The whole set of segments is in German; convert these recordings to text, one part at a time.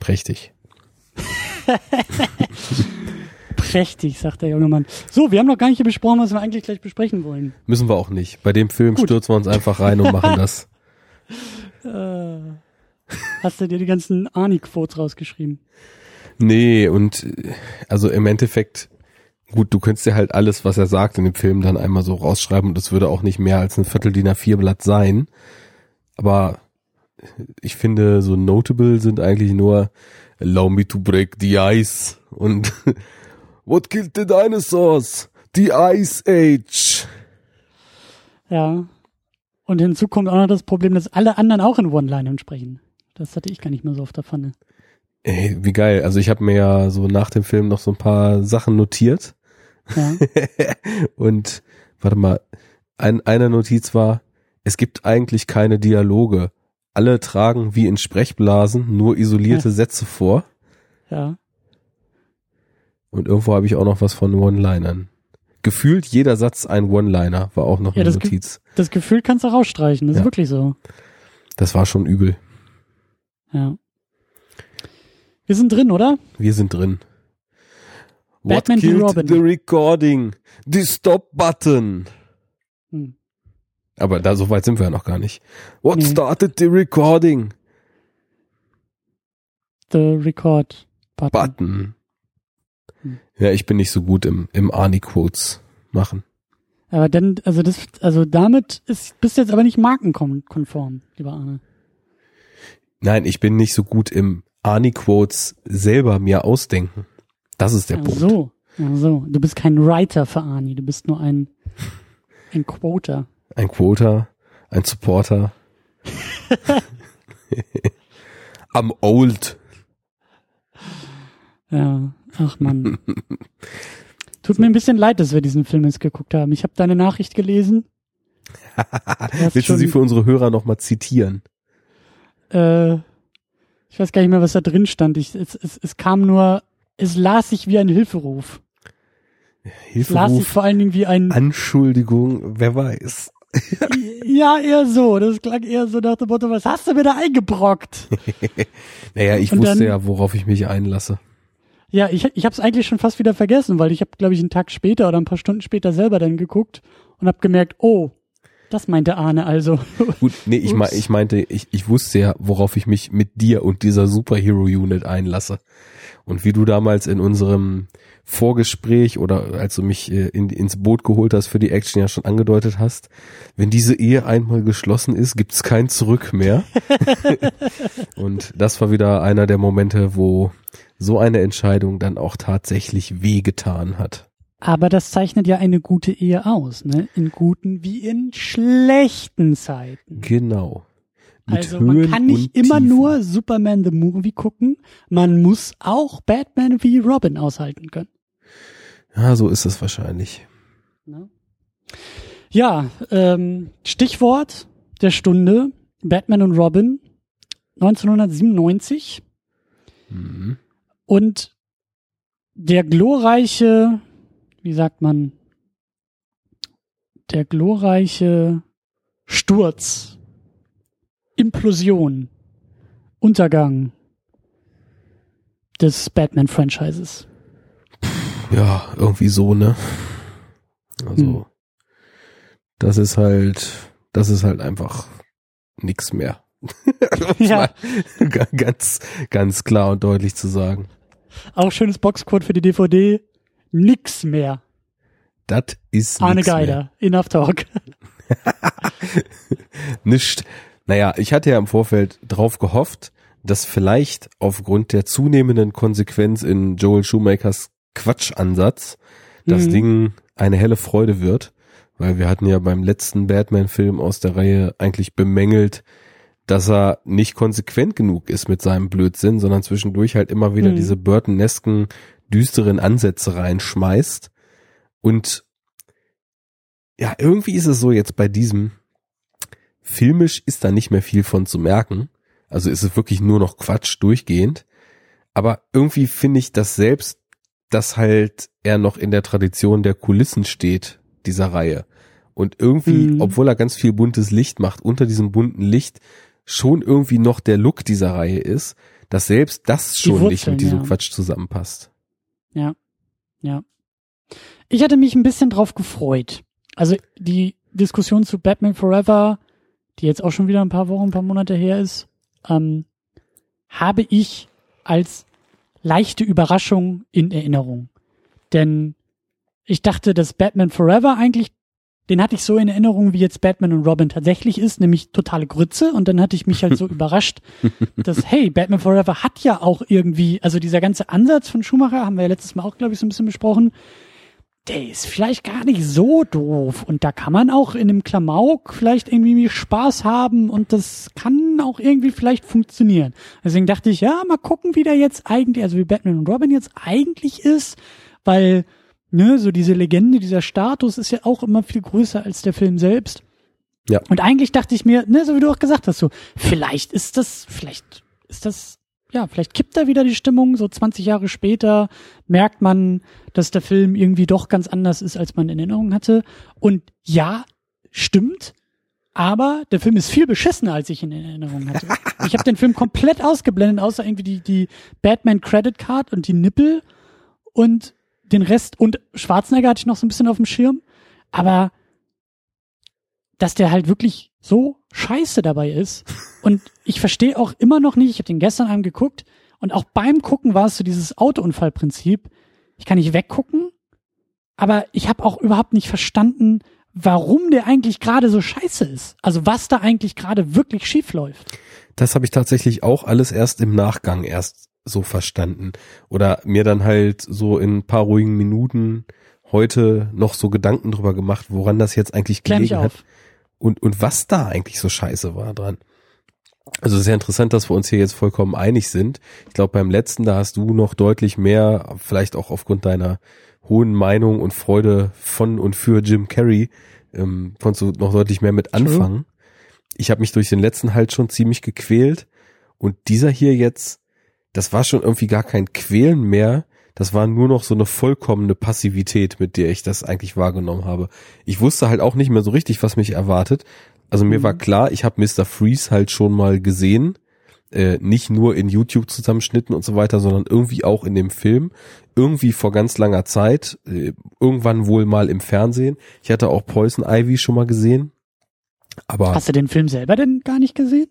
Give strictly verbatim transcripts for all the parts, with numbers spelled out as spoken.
Prächtig. Prächtig, sagt der junge Mann. So, wir haben noch gar nicht besprochen, was wir eigentlich gleich besprechen wollen. Müssen wir auch nicht. Bei dem Film Gut. stürzen wir uns einfach rein und machen das. Äh, hast du dir die ganzen Arnie-Quotes rausgeschrieben? Nee, und also im Endeffekt, gut, du könntest ja halt alles, was er sagt in dem Film, dann einmal so rausschreiben und das würde auch nicht mehr als ein Viertel D I N A vier Blatt sein. Aber ich finde, so notable sind eigentlich nur Allow me to break the ice und What killed the dinosaurs? The Ice Age. Ja. Und hinzu kommt auch noch das Problem, dass alle anderen auch in One-Linern sprechen. Das hatte ich gar nicht mehr so auf der Pfanne. Ey, wie geil. Also ich habe mir ja so nach dem Film noch so ein paar Sachen notiert. Ja. Und warte mal, ein, eine Notiz war, es gibt eigentlich keine Dialoge. Alle tragen wie in Sprechblasen nur isolierte ja. Sätze vor. Ja. Und irgendwo habe ich auch noch was von One-Linern. Gefühlt jeder Satz ein One-Liner, war auch noch ja, eine das Notiz. Ge- das Gefühl kannst du rausstreichen, das ja. ist wirklich so. Das war schon übel. Ja. Wir sind drin, oder? Wir sind drin. Batman What killed wie Robin. the recording? The stop button. Hm. Aber da so weit sind wir ja noch gar nicht. What nee. started the recording? The record button. Button. Hm. Ja, ich bin nicht so gut im, im Arnie-Quotes machen. Aber dann, also das, also damit ist, bist du jetzt aber nicht markenkonform, lieber Arne. Nein, ich bin nicht so gut im Arnie-Quotes selber mir ausdenken. Das ist der Ach Punkt. so, ach so. Du bist kein Writer für Arnie, du bist nur ein, ein Quoter. Ein Quoter, ein Supporter. I'm old. Ja, ach Mann. Tut mir ein bisschen leid, dass wir diesen Film jetzt geguckt haben. Ich habe deine Nachricht gelesen. Willst du schon, sie für unsere Hörer nochmal zitieren? Äh, ich weiß gar nicht mehr, was da drin stand. Ich, es, es, es kam nur, es las sich wie ein Hilferuf. Hilferuf, es las sich vor allen Dingen wie ein... Anschuldigung, wer weiß. Ja, eher so. Das klang eher so nach dem Motto, was hast du mir da eingebrockt? Naja, ich Und wusste dann, ja, worauf ich mich einlasse. Ja, ich, ich habe es eigentlich schon fast wieder vergessen, weil ich habe, glaube ich, einen Tag später oder ein paar Stunden später selber dann geguckt und habe gemerkt, oh, das meinte Arne also. Gut, nee, ich, mein, ich meinte, ich, ich wusste ja, worauf ich mich mit dir und dieser Superhero-Unit einlasse. Und wie du damals in unserem Vorgespräch oder als du mich in, ins Boot geholt hast für die Action ja schon angedeutet hast, wenn diese Ehe einmal geschlossen ist, gibt's kein Zurück mehr. Und das war wieder einer der Momente, wo so eine Entscheidung dann auch tatsächlich wehgetan hat. Aber das zeichnet ja eine gute Ehe aus, ne? In guten wie in schlechten Zeiten. Genau. Mit also man Höhen kann nicht immer Tiefen. nur Superman the Movie gucken, man muss auch Batman wie Robin aushalten können. Ja, so ist es wahrscheinlich. Ne? Ja, ähm, Stichwort der Stunde, Batman und Robin, neunzehnhundertsiebenundneunzig. Mhm. Und der glorreiche, wie sagt man, der glorreiche Sturz, Implosion, Untergang des Batman-Franchises. Ja, irgendwie so, ne? Also, hm. das ist halt, das ist halt einfach nix mehr. Ja. ganz, ganz klar und deutlich zu sagen. Auch schönes Boxcode für die D V D. Nix mehr. Das ist Arne nix Geider, mehr. Enough Talk. Nicht. Naja, ich hatte ja im Vorfeld drauf gehofft, dass vielleicht aufgrund der zunehmenden Konsequenz in Joel Schumachers Quatschansatz das mhm. Ding eine helle Freude wird, weil wir hatten ja beim letzten Batman-Film aus der Reihe eigentlich bemängelt, dass er nicht konsequent genug ist mit seinem Blödsinn, sondern zwischendurch halt immer wieder mhm. diese Burtonesken, düsteren Ansätze reinschmeißt. Und ja, irgendwie ist es so jetzt bei diesem, filmisch ist da nicht mehr viel von zu merken. Also ist es wirklich nur noch Quatsch durchgehend. Aber irgendwie finde ich das selbst, dass halt er noch in der Tradition der Kulissen steht, dieser Reihe. Und irgendwie, mhm. obwohl er ganz viel buntes Licht macht, unter diesem bunten Licht schon irgendwie noch der Look dieser Reihe ist, dass selbst das schon Wurzeln, nicht mit diesem ja. Quatsch zusammenpasst. Ja, ja. Ich hatte mich ein bisschen drauf gefreut. Also die Diskussion zu Batman Forever, die jetzt auch schon wieder ein paar Wochen, ein paar Monate her ist, ähm, habe ich als leichte Überraschung in Erinnerung. Denn ich dachte, dass Batman Forever eigentlich, den hatte ich so in Erinnerung, wie jetzt Batman und Robin tatsächlich ist, nämlich totale Grütze. Und dann hatte ich mich halt so überrascht, dass, hey, Batman Forever hat ja auch irgendwie, also dieser ganze Ansatz von Schumacher, haben wir ja letztes Mal auch, glaube ich, so ein bisschen besprochen, der ist vielleicht gar nicht so doof. Und da kann man auch in einem Klamauk vielleicht irgendwie Spaß haben und das kann auch irgendwie vielleicht funktionieren. Deswegen dachte ich, ja, mal gucken, wie der jetzt eigentlich, also wie Batman und Robin jetzt eigentlich ist, weil ne, so diese Legende, dieser Status ist ja auch immer viel größer als der Film selbst. Ja. Und eigentlich dachte ich mir, ne, so wie du auch gesagt hast, so, vielleicht ist das, vielleicht ist das, ja, vielleicht kippt da wieder die Stimmung, so zwanzig Jahre später merkt man, dass der Film irgendwie doch ganz anders ist, als man in Erinnerung hatte. Und ja, stimmt, aber der Film ist viel beschissener, als ich ihn in Erinnerung hatte. Ich habe den Film komplett ausgeblendet, außer irgendwie die, die Batman Credit Card und die Nippel und den Rest, und Schwarzenegger hatte ich noch so ein bisschen auf dem Schirm, aber dass der halt wirklich so scheiße dabei ist und ich verstehe auch immer noch nicht, ich habe den gestern Abend geguckt und auch beim Gucken war es so dieses Autounfallprinzip, ich kann nicht weggucken, aber ich habe auch überhaupt nicht verstanden, warum der eigentlich gerade so scheiße ist, also was da eigentlich gerade wirklich schief läuft. Das habe ich tatsächlich auch alles erst im Nachgang erst so verstanden oder mir dann halt so in ein paar ruhigen Minuten heute noch so Gedanken drüber gemacht, woran das jetzt eigentlich Klär mich gelegen hat auf. und und was da eigentlich so scheiße war dran. Also sehr interessant, dass wir uns hier jetzt vollkommen einig sind. Ich glaube, beim letzten, da hast du noch deutlich mehr, vielleicht auch aufgrund deiner hohen Meinung und Freude von und für Jim Carrey, ähm, konntest du noch deutlich mehr mit anfangen. Ich habe mich durch den letzten halt schon ziemlich gequält und dieser hier jetzt, das war schon irgendwie gar kein Quälen mehr, das war nur noch so eine vollkommene Passivität, mit der ich das eigentlich wahrgenommen habe. Ich wusste halt auch nicht mehr so richtig, was mich erwartet. Also mir mhm. war klar, ich habe Mister Freeze halt schon mal gesehen, äh, nicht nur in YouTube-Zusammenschnitten und so weiter, sondern irgendwie auch in dem Film, irgendwie vor ganz langer Zeit, äh, irgendwann wohl mal im Fernsehen. Ich hatte auch Poison Ivy schon mal gesehen. Aber hast du den Film selber denn gar nicht gesehen?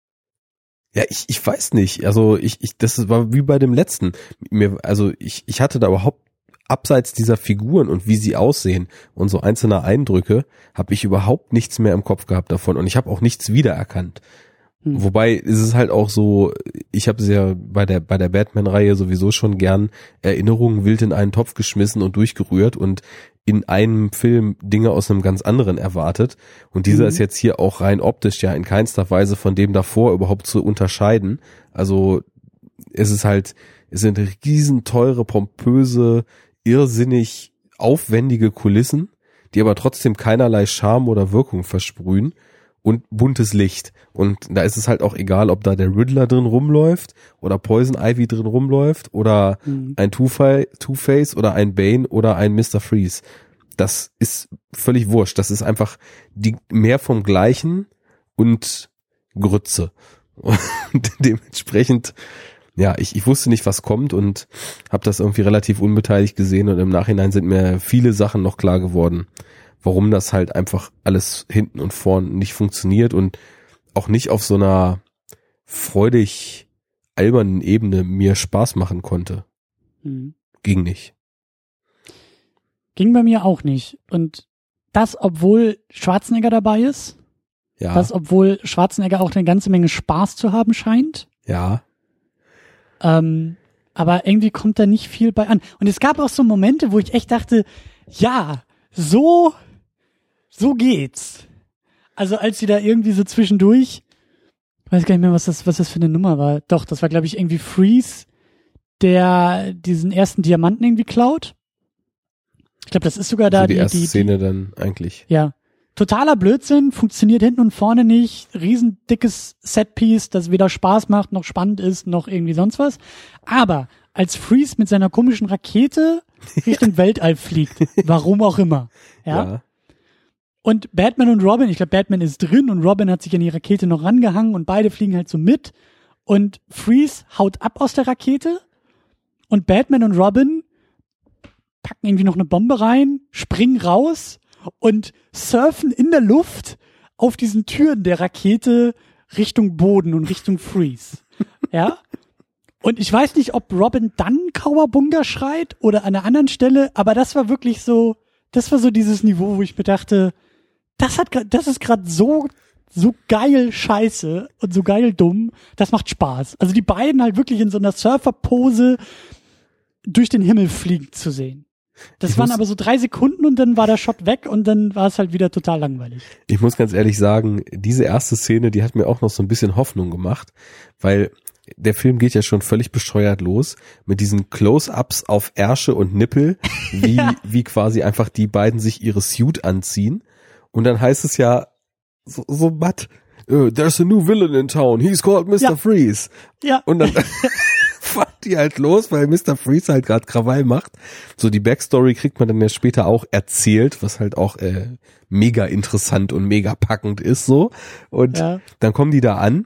Ja, ich, ich weiß nicht. Also ich, ich, das war wie bei dem letzten. Mir, also ich, ich hatte da überhaupt abseits dieser Figuren und wie sie aussehen und so einzelne Eindrücke, habe ich überhaupt nichts mehr im Kopf gehabt davon und ich habe auch nichts wiedererkannt. Hm. Wobei ist es halt auch so, ich habe es ja bei der bei der Batman-Reihe sowieso schon gern Erinnerungen wild in einen Topf geschmissen und durchgerührt und in einem Film Dinge aus einem ganz anderen erwartet. Und dieser mhm. ist jetzt hier auch rein optisch ja in keinster Weise von dem davor überhaupt zu unterscheiden. Also es ist halt, es sind riesen teure, pompöse, irrsinnig aufwendige Kulissen, die aber trotzdem keinerlei Charme oder Wirkung versprühen und buntes Licht. Und da ist es halt auch egal, ob da der Riddler drin rumläuft oder Poison Ivy drin rumläuft oder mhm. ein Two-Face oder ein Bane oder ein Mister Freeze. Das ist völlig wurscht. Das ist einfach die mehr vom Gleichen und Grütze. Und dementsprechend, ja, ich, ich wusste nicht, was kommt und habe das irgendwie relativ unbeteiligt gesehen und im Nachhinein sind mir viele Sachen noch klar geworden, warum das halt einfach alles hinten und vorn nicht funktioniert und auch nicht auf so einer freudig albernen Ebene mir Spaß machen konnte. Mhm. Ging nicht. Ging bei mir auch nicht. Und das, obwohl Schwarzenegger dabei ist. Ja. Das, obwohl Schwarzenegger auch eine ganze Menge Spaß zu haben scheint. Ja. Ähm, aber irgendwie kommt da nicht viel bei an. Und es gab auch so Momente, wo ich echt dachte, ja, so, so geht's. Also als sie da irgendwie so zwischendurch, ich weiß gar nicht mehr, was das, was das für eine Nummer war. Doch, das war, glaube ich, irgendwie Freeze, der diesen ersten Diamanten irgendwie klaut. Ich glaube, das ist sogar da also die, die erste die, Szene die, dann eigentlich. Ja. Totaler Blödsinn, funktioniert hinten und vorne nicht, riesendickes Setpiece, das weder Spaß macht, noch spannend ist, noch irgendwie sonst was. Aber als Freeze mit seiner komischen Rakete Richtung Weltall fliegt, warum auch immer, ja. ja. Und Batman und Robin, ich glaube, Batman ist drin und Robin hat sich an die Rakete noch rangehangen und beide fliegen halt so mit. und Freeze haut ab aus der Rakete und Batman und Robin packen irgendwie noch eine Bombe rein, springen raus und surfen in der Luft auf diesen Türen der Rakete Richtung Boden und Richtung Freeze. Ja? Und ich weiß nicht, ob Robin dann Kawabunga schreit oder an einer anderen Stelle, aber das war wirklich so, das war so dieses Niveau, wo ich mir dachte, das hat, das ist gerade so, so geil scheiße und so geil dumm, das macht Spaß. Also die beiden halt wirklich in so einer Surferpose durch den Himmel fliegen zu sehen. Das ich waren muss, aber so drei Sekunden und dann war der Shot weg und dann war es halt wieder total langweilig. Ich muss ganz ehrlich sagen, diese erste Szene, die hat mir auch noch so ein bisschen Hoffnung gemacht, weil der Film geht ja schon völlig bescheuert los mit diesen Close-Ups auf Ärsche und Nippel, wie, ja. wie quasi einfach die beiden sich ihre Suit anziehen. Und dann heißt es ja so, so matt, uh, there's a new villain in town, he's called Mister Ja. Freeze. Ja. Und dann fahren die halt los, weil Mister Freeze halt gerade Krawall macht. So die Backstory kriegt man dann ja später auch erzählt, was halt auch äh, mega interessant und mega packend ist so. Und ja. dann kommen die da an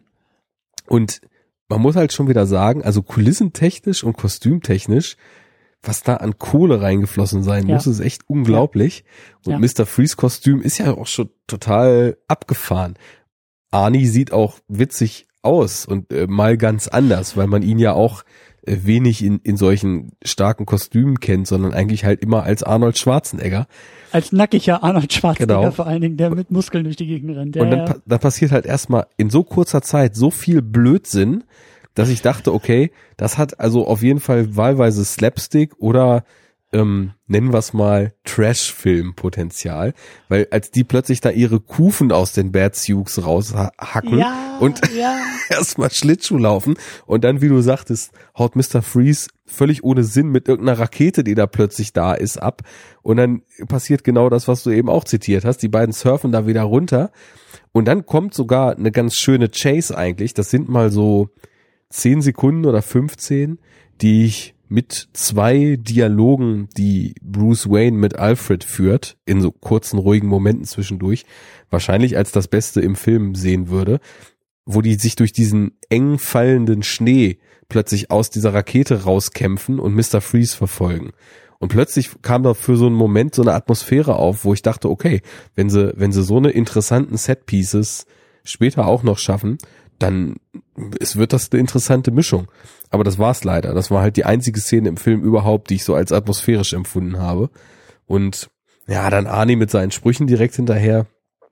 und man muss halt schon wieder sagen, also kulissentechnisch und kostümtechnisch, was da an Kohle reingeflossen sein ja. muss, ist echt unglaublich. Ja. Und ja. Mister Freeze Kostüm ist ja auch schon total abgefahren. Arnie sieht auch witzig aus und äh, mal ganz anders, weil man ihn ja auch äh, wenig in, in solchen starken Kostümen kennt, sondern eigentlich halt immer als Arnold Schwarzenegger. Als nackiger Arnold Schwarzenegger genau. vor allen Dingen, der mit Muskeln durch die Gegend rennt. Ja, und dann, ja. pa- dann passiert halt erstmal in so kurzer Zeit so viel Blödsinn, dass ich dachte, okay, das hat also auf jeden Fall wahlweise Slapstick oder ähm, nennen wir es mal Trash-Film-Potenzial, weil als die plötzlich da ihre Kufen aus den Batsuits raushacken ja, und ja. erstmal Schlittschuh laufen und dann, wie du sagtest, haut Mister Freeze völlig ohne Sinn mit irgendeiner Rakete, die da plötzlich da ist, ab und dann passiert genau das, was du eben auch zitiert hast, die beiden surfen da wieder runter und dann kommt sogar eine ganz schöne Chase eigentlich, das sind mal so zehn Sekunden oder fünfzehn, die ich mit zwei Dialogen, die Bruce Wayne mit Alfred führt, in so kurzen, ruhigen Momenten zwischendurch, wahrscheinlich als das Beste im Film sehen würde, wo die sich durch diesen eng fallenden Schnee plötzlich aus dieser Rakete rauskämpfen und Mister Freeze verfolgen. Und plötzlich kam da für so einen Moment so eine Atmosphäre auf, wo ich dachte, okay, wenn sie, wenn sie so eine interessanten Setpieces später auch noch schaffen, dann es wird das eine interessante Mischung. Aber das war's leider. Das war halt die einzige Szene im Film überhaupt, die ich so als atmosphärisch empfunden habe. Und ja, dann Arnie mit seinen Sprüchen direkt hinterher.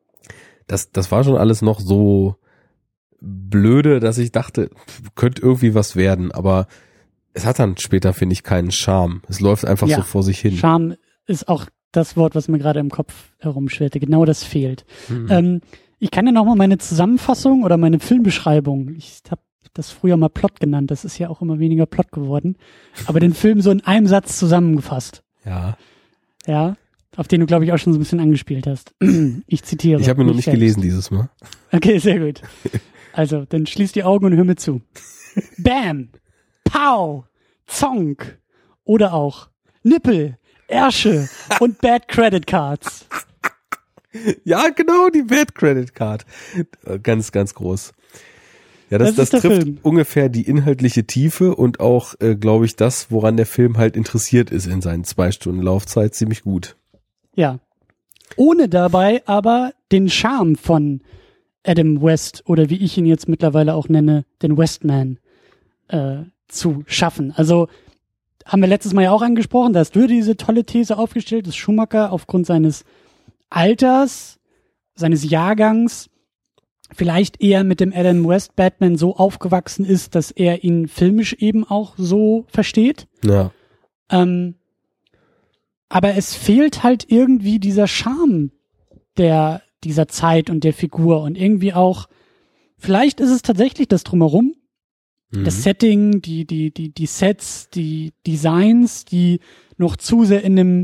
Das, das war schon alles noch so blöde, dass ich dachte, könnte irgendwie was werden. Aber es hat dann später, finde ich, keinen Charme. Es läuft einfach ja, so vor sich hin. Charme ist auch das Wort, was mir gerade im Kopf herumschwirrte. Genau das fehlt. Mhm. Ähm, Ich kann ja nochmal meine Zusammenfassung oder meine Filmbeschreibung, ich habe das früher mal Plot genannt, das ist ja auch immer weniger Plot geworden, aber den Film so in einem Satz zusammengefasst. Ja. Ja, auf den du, glaube ich, auch schon so ein bisschen angespielt hast. Ich zitiere. Ich habe mir noch nicht selbst. gelesen dieses Mal. Okay, sehr gut. Also, dann schließ die Augen und hör mir zu. Bam, Pow, Zonk oder auch Nippel, Ärsche und Bad Credit Cards. Ja, genau, die Bad Credit Card. Ganz, ganz groß. Ja, das, das, das trifft Film. ungefähr die inhaltliche Tiefe und auch, äh, glaube ich, das, woran der Film halt interessiert ist in seinen zwei Stunden Laufzeit, ziemlich gut. Ja. Ohne dabei aber den Charme von Adam West oder wie ich ihn jetzt mittlerweile auch nenne, den Westman äh, zu schaffen. Also haben wir letztes Mal ja auch angesprochen, da hast du diese tolle These aufgestellt, dass Schumacher aufgrund seines Alters, seines Jahrgangs, vielleicht eher mit dem Adam West Batman so aufgewachsen ist, dass er ihn filmisch eben auch so versteht. Ja. Ähm, aber es fehlt halt irgendwie dieser Charme der, dieser Zeit und der Figur und irgendwie auch, vielleicht ist es tatsächlich das Drumherum, mhm. das Setting, die, die, die, die Sets, die Designs, die noch zu sehr in dem,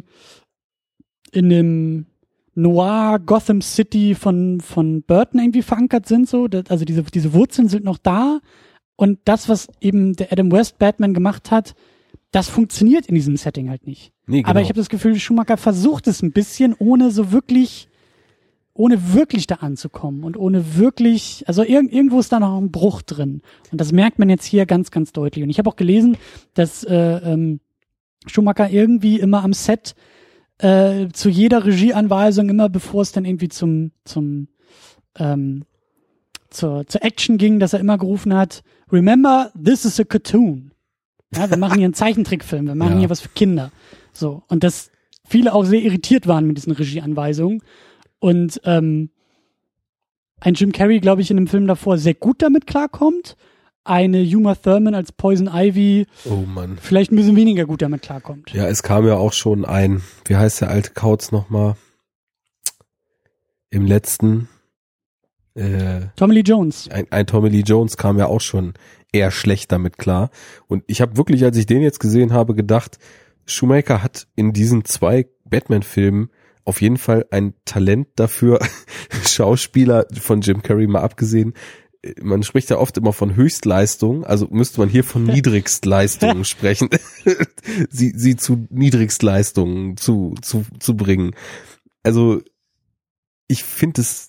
in dem Noir Gotham City von von Burton irgendwie verankert sind, so, also diese diese Wurzeln sind noch da und das, was eben der Adam West Batman gemacht hat, das funktioniert in diesem Setting halt nicht. Nee, genau. Aber ich habe das Gefühl, Schumacher versucht es ein bisschen, ohne so wirklich ohne wirklich da anzukommen und ohne wirklich, also irg- irgendwo ist da noch ein Bruch drin. Und das merkt man jetzt hier ganz, ganz deutlich. Und ich habe auch gelesen, dass äh, ähm, Schumacher irgendwie immer am Set äh, zu jeder Regieanweisung, immer bevor es dann irgendwie zum, zum ähm, zur, zur Action ging, dass er immer gerufen hat, remember, this is a cartoon. Ja, wir machen hier einen Zeichentrickfilm, wir machen ja. hier was für Kinder. So, und dass viele auch sehr irritiert waren mit diesen Regieanweisungen. Und ähm, ein Jim Carrey, glaube ich, in dem Film davor sehr gut damit klarkommt. Eine Uma Thurman als Poison Ivy oh Mann. vielleicht ein bisschen weniger gut damit klarkommt. Ja, es kam ja auch schon ein, wie heißt der alte Kauz nochmal? Im letzten äh, Tommy Lee Jones. Ein, ein Tommy Lee Jones kam ja auch schon eher schlecht damit klar. Und ich habe wirklich, als ich den jetzt gesehen habe, gedacht, Schumacher hat in diesen zwei Batman-Filmen auf jeden Fall ein Talent dafür, Schauspieler von Jim Carrey mal abgesehen. Man spricht ja oft immer von Höchstleistung, also müsste man hier von Niedrigstleistungen sprechen, sie, sie zu Niedrigstleistungen zu, zu, zu bringen. Also ich finde es,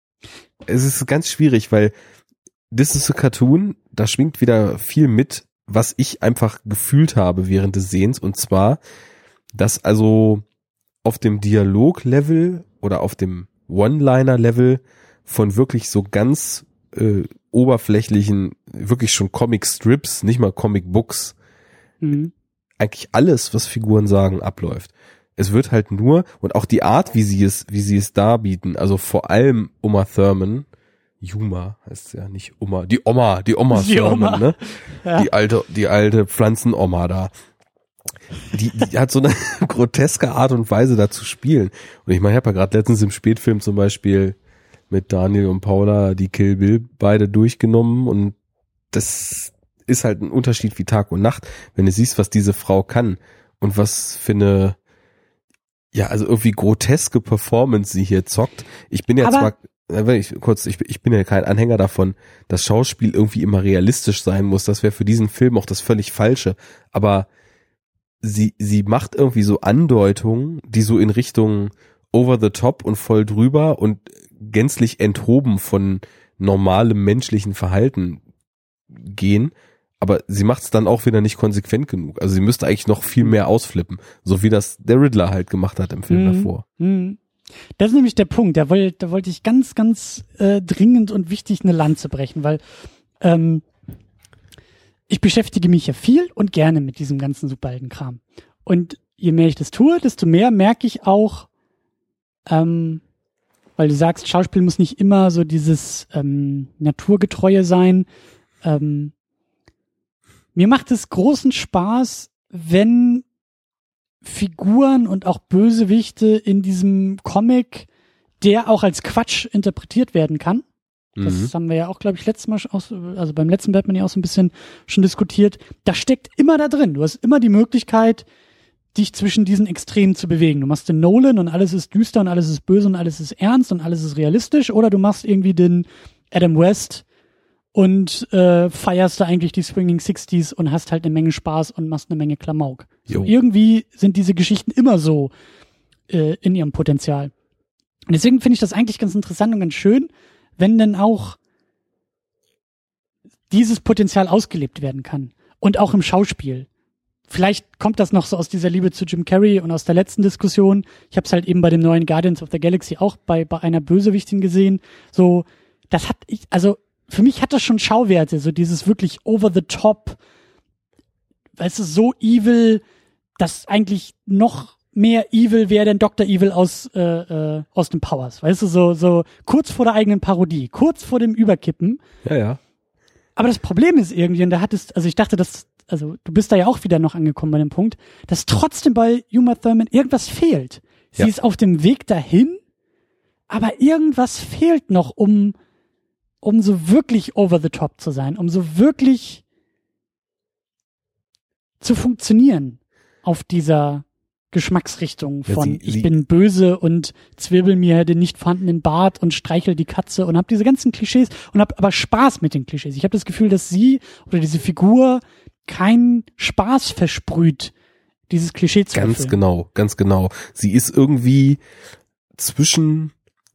es ist ganz schwierig, weil This is a Cartoon, da schwingt wieder viel mit, was ich einfach gefühlt habe während des Sehens, und zwar, dass also auf dem Dialog-Level oder auf dem One-Liner-Level von wirklich so ganz äh, oberflächlichen, wirklich schon Comic-Strips, nicht mal Comic-Books, mhm. eigentlich alles, was Figuren sagen, abläuft. Es wird halt nur, und auch die Art, wie sie es, wie sie es darbieten, also vor allem Uma Thurman, Uma heißt ja nicht Oma, die Oma, die Oma die Thurman, Oma. ne? Ja. Die alte, die alte Pflanzenoma da. Die, die hat so eine groteske Art und Weise da zu spielen. Und ich meine, ich habe ja gerade letztens im Spätfilm zum Beispiel mit Daniel und Paula die Kill Bill beide durchgenommen, und das ist halt ein Unterschied wie Tag und Nacht, wenn du siehst, was diese Frau kann und was für eine, ja, also irgendwie groteske Performance sie hier zockt. Ich bin ja zwar, wenn ich kurz, ich, ich bin ja kein Anhänger davon, dass Schauspiel irgendwie immer realistisch sein muss. Das wäre für diesen Film auch das völlig Falsche. Aber sie, sie macht irgendwie so Andeutungen, die so in Richtung over the top und voll drüber und gänzlich enthoben von normalem menschlichen Verhalten gehen. Aber sie macht es dann auch wieder nicht konsequent genug. Also sie müsste eigentlich noch viel mehr ausflippen. So wie das der Riddler halt gemacht hat im Film mhm. davor. Mhm. Das ist nämlich der Punkt. Da wollte, da wollte ich ganz, ganz äh, dringend und wichtig eine Lanze brechen, weil ähm, ich beschäftige mich ja viel und gerne mit diesem ganzen Superheldenkram. Und je mehr ich das tue, desto mehr merke ich auch, ähm, weil du sagst, Schauspiel muss nicht immer so dieses ähm, Naturgetreue sein. Ähm, mir macht es großen Spaß, wenn Figuren und auch Bösewichte in diesem Comic, der auch als Quatsch interpretiert werden kann. Das mhm. haben wir ja auch, glaube ich, letztes Mal, auch, also beim letzten Batman ja auch so ein bisschen schon diskutiert. Das steckt immer da drin. Du hast immer die Möglichkeit, dich zwischen diesen Extremen zu bewegen. Du machst den Nolan und alles ist düster und alles ist böse und alles ist ernst und alles ist realistisch, oder du machst irgendwie den Adam West und äh, feierst da eigentlich die Swinging Sixties und hast halt eine Menge Spaß und machst eine Menge Klamauk. So, irgendwie sind diese Geschichten immer so äh, in ihrem Potenzial. Und deswegen finde ich das eigentlich ganz interessant und ganz schön, wenn dann auch dieses Potenzial ausgelebt werden kann. Und auch im Schauspiel. Vielleicht kommt das noch so aus dieser Liebe zu Jim Carrey und aus der letzten Diskussion. Ich habe es halt eben bei dem neuen Guardians of the Galaxy auch bei bei einer Bösewichtin gesehen. So, das hat ich, also für mich hat das schon Schauwerte, so dieses wirklich over the top, weißt du, so evil, dass eigentlich noch mehr evil wäre denn Doktor Evil aus äh, äh, aus den Powers, weißt du, so so kurz vor der eigenen Parodie, kurz vor dem Überkippen. Ja, ja. Aber das Problem ist irgendwie, und da hattest, also ich dachte, dass, also du bist da ja auch wieder noch angekommen bei dem Punkt, dass trotzdem bei Uma Thurman irgendwas fehlt. Sie ja. ist auf dem Weg dahin, aber irgendwas fehlt noch, um um so wirklich over the top zu sein, um so wirklich zu funktionieren auf dieser Geschmacksrichtung von ja, sie, ich sie, bin böse und zwirbel mir den nicht vorhandenen Bart und streichel die Katze und hab diese ganzen Klischees und hab aber Spaß mit den Klischees. Ich habe das Gefühl, dass sie oder diese Figur keinen Spaß versprüht, dieses Klischee zu Ganz erfüllen. genau, ganz genau. Sie ist irgendwie zwischen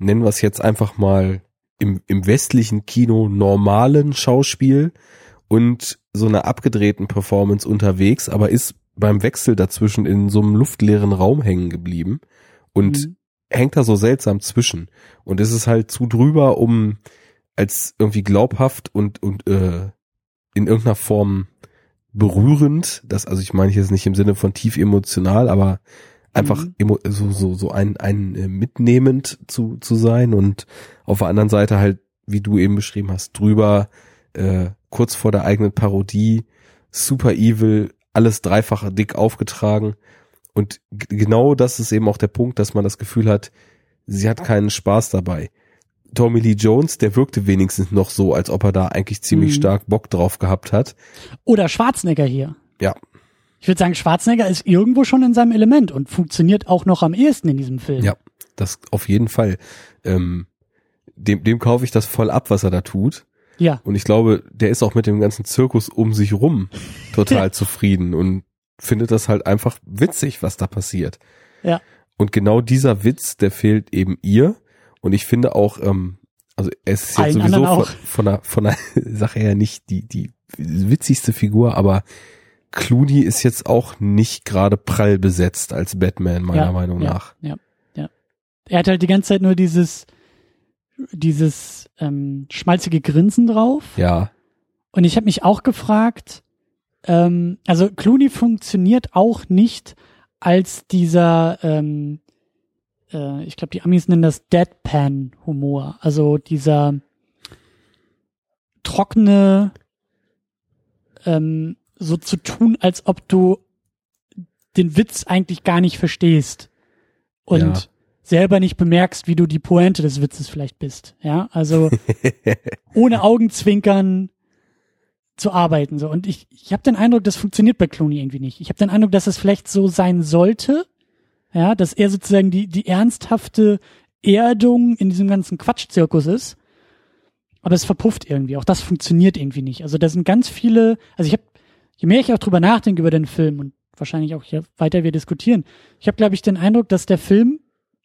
nennen wir es jetzt einfach mal, im, im westlichen Kino normalen Schauspiel und so einer abgedrehten Performance unterwegs, aber ist beim Wechsel dazwischen in so einem luftleeren Raum hängen geblieben und mhm. hängt da so seltsam zwischen. Und es ist halt zu drüber, um als irgendwie glaubhaft und, und äh, in irgendeiner Form berührend, das, also ich meine jetzt nicht im Sinne von tief emotional, aber einfach mhm. emo, so so so ein ein äh, mitnehmend zu zu sein und auf der anderen Seite halt, wie du eben beschrieben hast, drüber äh, kurz vor der eigenen Parodie, super evil, alles dreifache dick aufgetragen und g- genau das ist eben auch der Punkt, dass man das Gefühl hat, sie hat keinen Spaß dabei. Tommy Lee Jones, der wirkte wenigstens noch so, als ob er da eigentlich ziemlich mhm. stark Bock drauf gehabt hat. Oder Schwarzenegger hier. Ja. Ich würde sagen, Schwarzenegger ist irgendwo schon in seinem Element und funktioniert auch noch am ehesten in diesem Film. Ja, das auf jeden Fall. Ähm, dem, dem kaufe ich das voll ab, was er da tut. Ja. Und ich glaube, der ist auch mit dem ganzen Zirkus um sich rum total ja. zufrieden und findet das halt einfach witzig, was da passiert. Ja. Und genau dieser Witz, der fehlt eben ihr. Und ich finde auch, ähm, also es ist jetzt Allen sowieso von, auch. von der von der Sache her nicht die die witzigste Figur, aber Clooney ist jetzt auch nicht gerade prall besetzt als Batman, meiner ja, Meinung ja, nach. Ja, ja. Er hat halt die ganze Zeit nur dieses, dieses ähm, schmalzige Grinsen drauf. Ja. Und ich habe mich auch gefragt, ähm, also Clooney funktioniert auch nicht als dieser, ähm, äh, ich glaube, die Amis nennen das Deadpan-Humor. Also dieser trockene, ähm, so zu tun, als ob du den Witz eigentlich gar nicht verstehst und ja. selber nicht bemerkst, wie du die Pointe des Witzes vielleicht bist. Ja, also ohne Augenzwinkern zu arbeiten. So. Und ich, ich habe den Eindruck, das funktioniert bei Clooney irgendwie nicht. Ich habe den Eindruck, dass es vielleicht so sein sollte, ja, dass er sozusagen die, die ernsthafte Erdung in diesem ganzen Quatschzirkus ist. Aber es verpufft irgendwie. Auch das funktioniert irgendwie nicht. Also da sind ganz viele, also ich habe Je mehr ich auch drüber nachdenke über den Film und wahrscheinlich auch je weiter wir diskutieren, ich habe, glaube ich, den Eindruck, dass der Film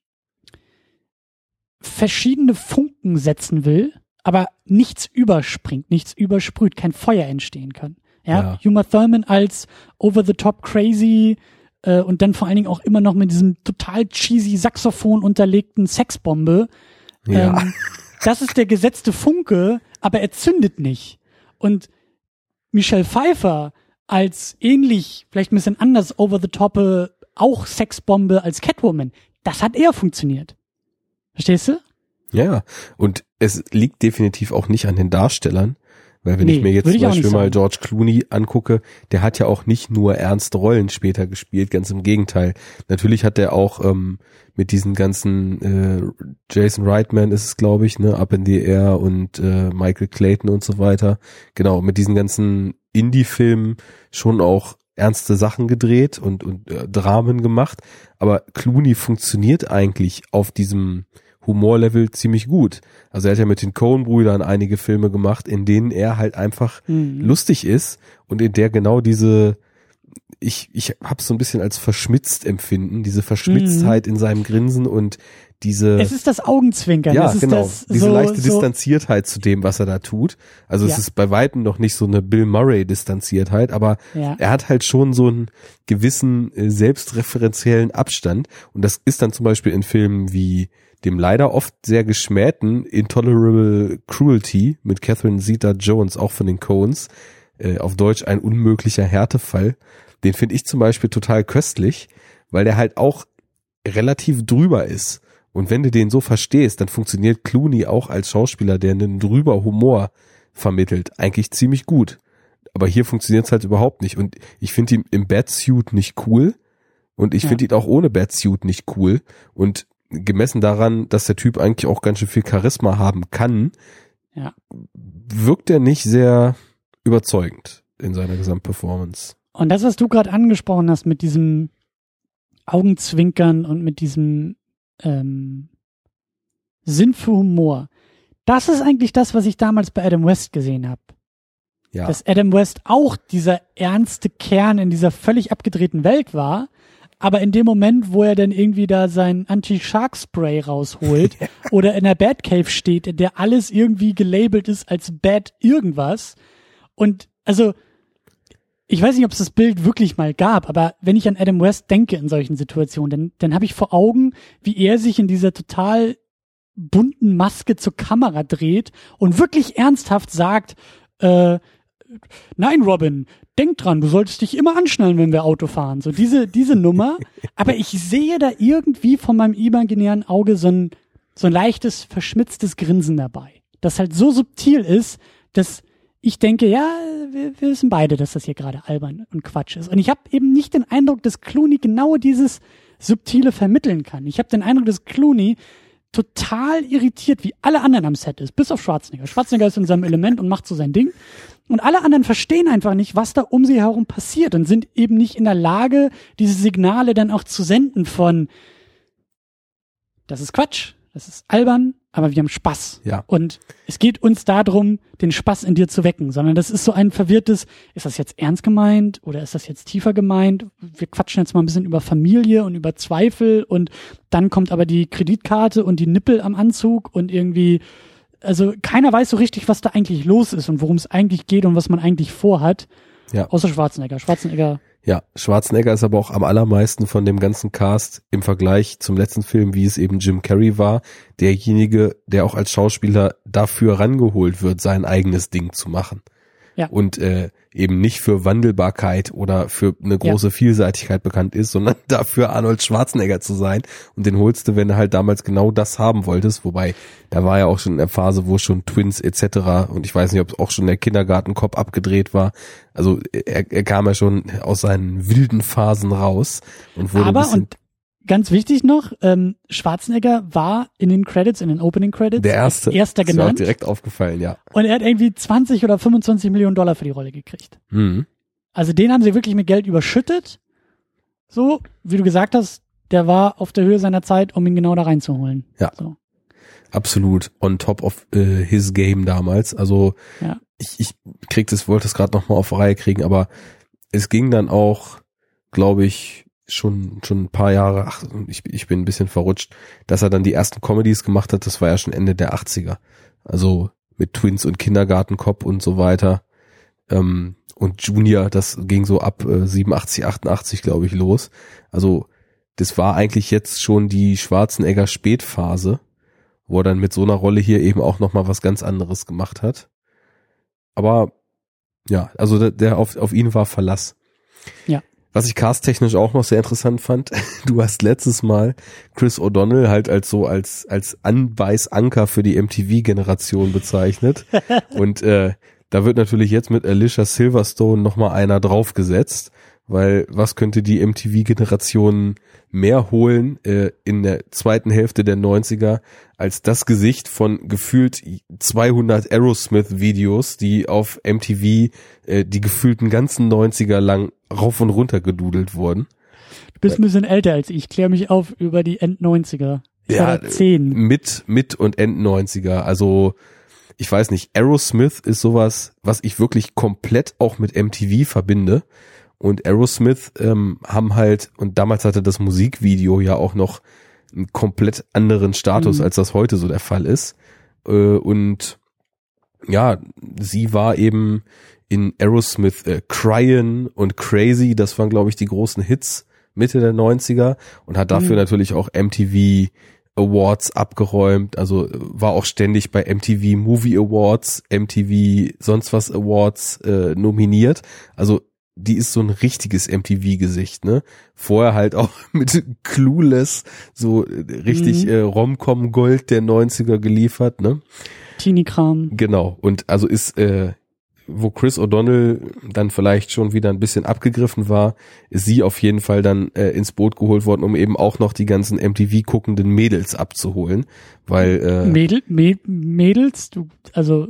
verschiedene Funken setzen will, aber nichts überspringt, nichts übersprüht, kein Feuer entstehen kann. Ja, ja. Uma Thurman als over-the-top crazy äh, und dann vor allen Dingen auch immer noch mit diesem total cheesy Saxophon unterlegten Sexbombe. Ja. Ähm, das ist der gesetzte Funke, aber er zündet nicht. Und Michelle Pfeiffer als ähnlich, vielleicht ein bisschen anders over the top, auch Sexbombe als Catwoman, das hat eher funktioniert. Verstehst du? Ja, und es liegt definitiv auch nicht an den Darstellern, weil wenn nee, ich mir jetzt zum Beispiel mal sagen. George Clooney angucke, der hat ja auch nicht nur ernste Rollen später gespielt, ganz im Gegenteil. Natürlich hat er auch ähm, mit diesen ganzen äh, Jason Reitman ist es, glaube ich, ne, Up in the Air und äh, Michael Clayton und so weiter, genau, mit diesen ganzen Indie-Filmen schon auch ernste Sachen gedreht und, und äh, Dramen gemacht, aber Clooney funktioniert eigentlich auf diesem Humorlevel ziemlich gut. Also er hat ja mit den Coen-Brüdern einige Filme gemacht, in denen er halt einfach mhm. lustig ist und in der genau diese, ich ich hab's so ein bisschen als verschmitzt empfinden, diese Verschmitztheit mhm. in seinem Grinsen und diese... Es ist das Augenzwinkern. Ja, es ist genau. das diese so, leichte so Distanziertheit zu dem, was er da tut. Also ja. es ist bei Weitem noch nicht so eine Bill Murray-Distanziertheit, aber ja. er hat halt schon so einen gewissen äh, selbstreferenziellen Abstand und das ist dann zum Beispiel in Filmen wie dem leider oft sehr geschmähten Intolerable Cruelty mit Catherine Zeta-Jones, auch von den Coens, äh, auf Deutsch ein unmöglicher Härtefall. Den finde ich zum Beispiel total köstlich, weil der halt auch relativ drüber ist. Und wenn du den so verstehst, dann funktioniert Clooney auch als Schauspieler, der einen drüber Humor vermittelt, eigentlich ziemlich gut. Aber hier funktioniert es halt überhaupt nicht. Und ich finde ihn im Batsuit nicht cool. Und ich ja. finde ihn auch ohne Batsuit nicht cool. Und gemessen daran, dass der Typ eigentlich auch ganz schön viel Charisma haben kann, ja. wirkt er nicht sehr überzeugend in seiner Gesamtperformance. Und das, was du gerade angesprochen hast mit diesem Augenzwinkern und mit diesem ähm, Sinn für Humor, das ist eigentlich das, was ich damals bei Adam West gesehen habe. Ja. Dass Adam West auch dieser ernste Kern in dieser völlig abgedrehten Welt war, aber in dem Moment, wo er dann irgendwie da sein Anti-Shark-Spray rausholt ja. oder in der Batcave steht, in der alles irgendwie gelabelt ist als Bat irgendwas und also ich weiß nicht, ob es das Bild wirklich mal gab, aber wenn ich an Adam West denke in solchen Situationen, dann, dann habe ich vor Augen, wie er sich in dieser total bunten Maske zur Kamera dreht und wirklich ernsthaft sagt, äh, nein, Robin, denk dran, du solltest dich immer anschnallen, wenn wir Auto fahren. So diese, diese Nummer. Aber ich sehe da irgendwie von meinem imaginären Auge so ein, so ein leichtes, verschmitztes Grinsen dabei. Das halt so subtil ist, dass ich denke, ja, wir, wir wissen beide, dass das hier gerade albern und Quatsch ist. Und ich habe eben nicht den Eindruck, dass Clooney genau dieses Subtile vermitteln kann. Ich habe den Eindruck, dass Clooney total irritiert, wie alle anderen am Set ist, bis auf Schwarzenegger. Schwarzenegger ist in seinem Element und macht so sein Ding. Und alle anderen verstehen einfach nicht, was da um sie herum passiert und sind eben nicht in der Lage, diese Signale dann auch zu senden von, das ist Quatsch, das ist albern, aber wir haben Spaß. Ja. Und es geht uns darum, den Spaß in dir zu wecken, sondern das ist so ein verwirrtes, ist das jetzt ernst gemeint oder ist das jetzt tiefer gemeint? Wir quatschen jetzt mal ein bisschen über Familie und über Zweifel und dann kommt aber die Kreditkarte und die Nippel am Anzug und irgendwie, also keiner weiß so richtig, was da eigentlich los ist und worum es eigentlich geht und was man eigentlich vorhat. Ja. Außer Schwarzenegger. Schwarzenegger. Ja, Schwarzenegger ist aber auch am allermeisten von dem ganzen Cast im Vergleich zum letzten Film, wie es eben Jim Carrey war, derjenige, der auch als Schauspieler dafür rangeholt wird, sein eigenes Ding zu machen. Ja. Und äh, eben nicht für Wandelbarkeit oder für eine große ja. Vielseitigkeit bekannt ist, sondern dafür Arnold Schwarzenegger zu sein. Und den holst du, wenn du halt damals genau das haben wolltest. Wobei, da war ja auch schon in der Phase, wo schon Twins et cetera und ich weiß nicht, ob es auch schon der Kindergartenkopf abgedreht war. Also er, er kam ja schon aus seinen wilden Phasen raus und wurde Aber ein bisschen... Und ganz wichtig noch, ähm, Schwarzenegger war in den Credits, in den Opening Credits, der erste, erster ist mir genannt. auch direkt aufgefallen, ja. Und er hat irgendwie zwanzig oder fünfundzwanzig Millionen Dollar für die Rolle gekriegt. Mhm. Also den haben sie wirklich mit Geld überschüttet. So, wie du gesagt hast, der war auf der Höhe seiner Zeit, um ihn genau da reinzuholen. Ja, so. Absolut on top of uh, his game damals. Also ja. ich, ich krieg das, wollte es gerade nochmal auf Reihe kriegen, aber es ging dann auch, glaube ich, schon schon ein paar Jahre, ach, ich, ich bin ein bisschen verrutscht, dass er dann die ersten Comedies gemacht hat, das war ja schon Ende der achtziger. Also mit Twins und Kindergartenkopf und so weiter. Ähm, und Junior, das ging so ab äh, siebenundachtzig, achtundachtzig, glaube ich, los. Also das war eigentlich jetzt schon die Schwarzenegger Spätphase, wo er dann mit so einer Rolle hier eben auch nochmal was ganz anderes gemacht hat. Aber ja, also der, der auf, auf ihn war Verlass. Ja. Was ich casttechnisch auch noch sehr interessant fand, du hast letztes Mal Chris O'Donnell halt als so als als Anbeißanker für die M T V-Generation bezeichnet. Und äh, da wird natürlich jetzt mit Alicia Silverstone nochmal einer draufgesetzt, weil was könnte die M T V-Generation mehr holen äh, in der zweiten Hälfte der neunziger als das Gesicht von gefühlt zweihundert Aerosmith-Videos, die auf M T V äh, die gefühlten ganzen neunziger lang rauf und runter gedudelt wurden. Du bist ein bisschen älter als ich. Klär mich auf über die End-neunziger. Ich ja, war da zehn. Mit, mit und End-neunziger. Also ich weiß nicht, Aerosmith ist sowas, was ich wirklich komplett auch mit M T V verbinde. Und Aerosmith ähm, haben halt, und damals hatte das Musikvideo ja auch noch einen komplett anderen Status, mhm. als das heute so der Fall ist. Äh, und ja, sie war eben in Aerosmith äh, Cryin' und Crazy, das waren, glaube ich, die großen Hits Mitte der neunziger und hat dafür mhm. natürlich auch M T V Awards abgeräumt, also war auch ständig bei M T V Movie Awards, M T V sonst was Awards äh, nominiert, also die ist so ein richtiges M T V-Gesicht, ne? Vorher halt auch mit Clueless so richtig mhm. äh, Rom-Com-Gold der neunziger geliefert, ne? Teenie-Kram. Genau, und also ist äh, wo Chris O'Donnell dann vielleicht schon wieder ein bisschen abgegriffen war, ist sie auf jeden Fall dann äh, ins Boot geholt worden, um eben auch noch die ganzen M T V-guckenden Mädels abzuholen, weil äh, Mädel, Mä- Mädels, du, also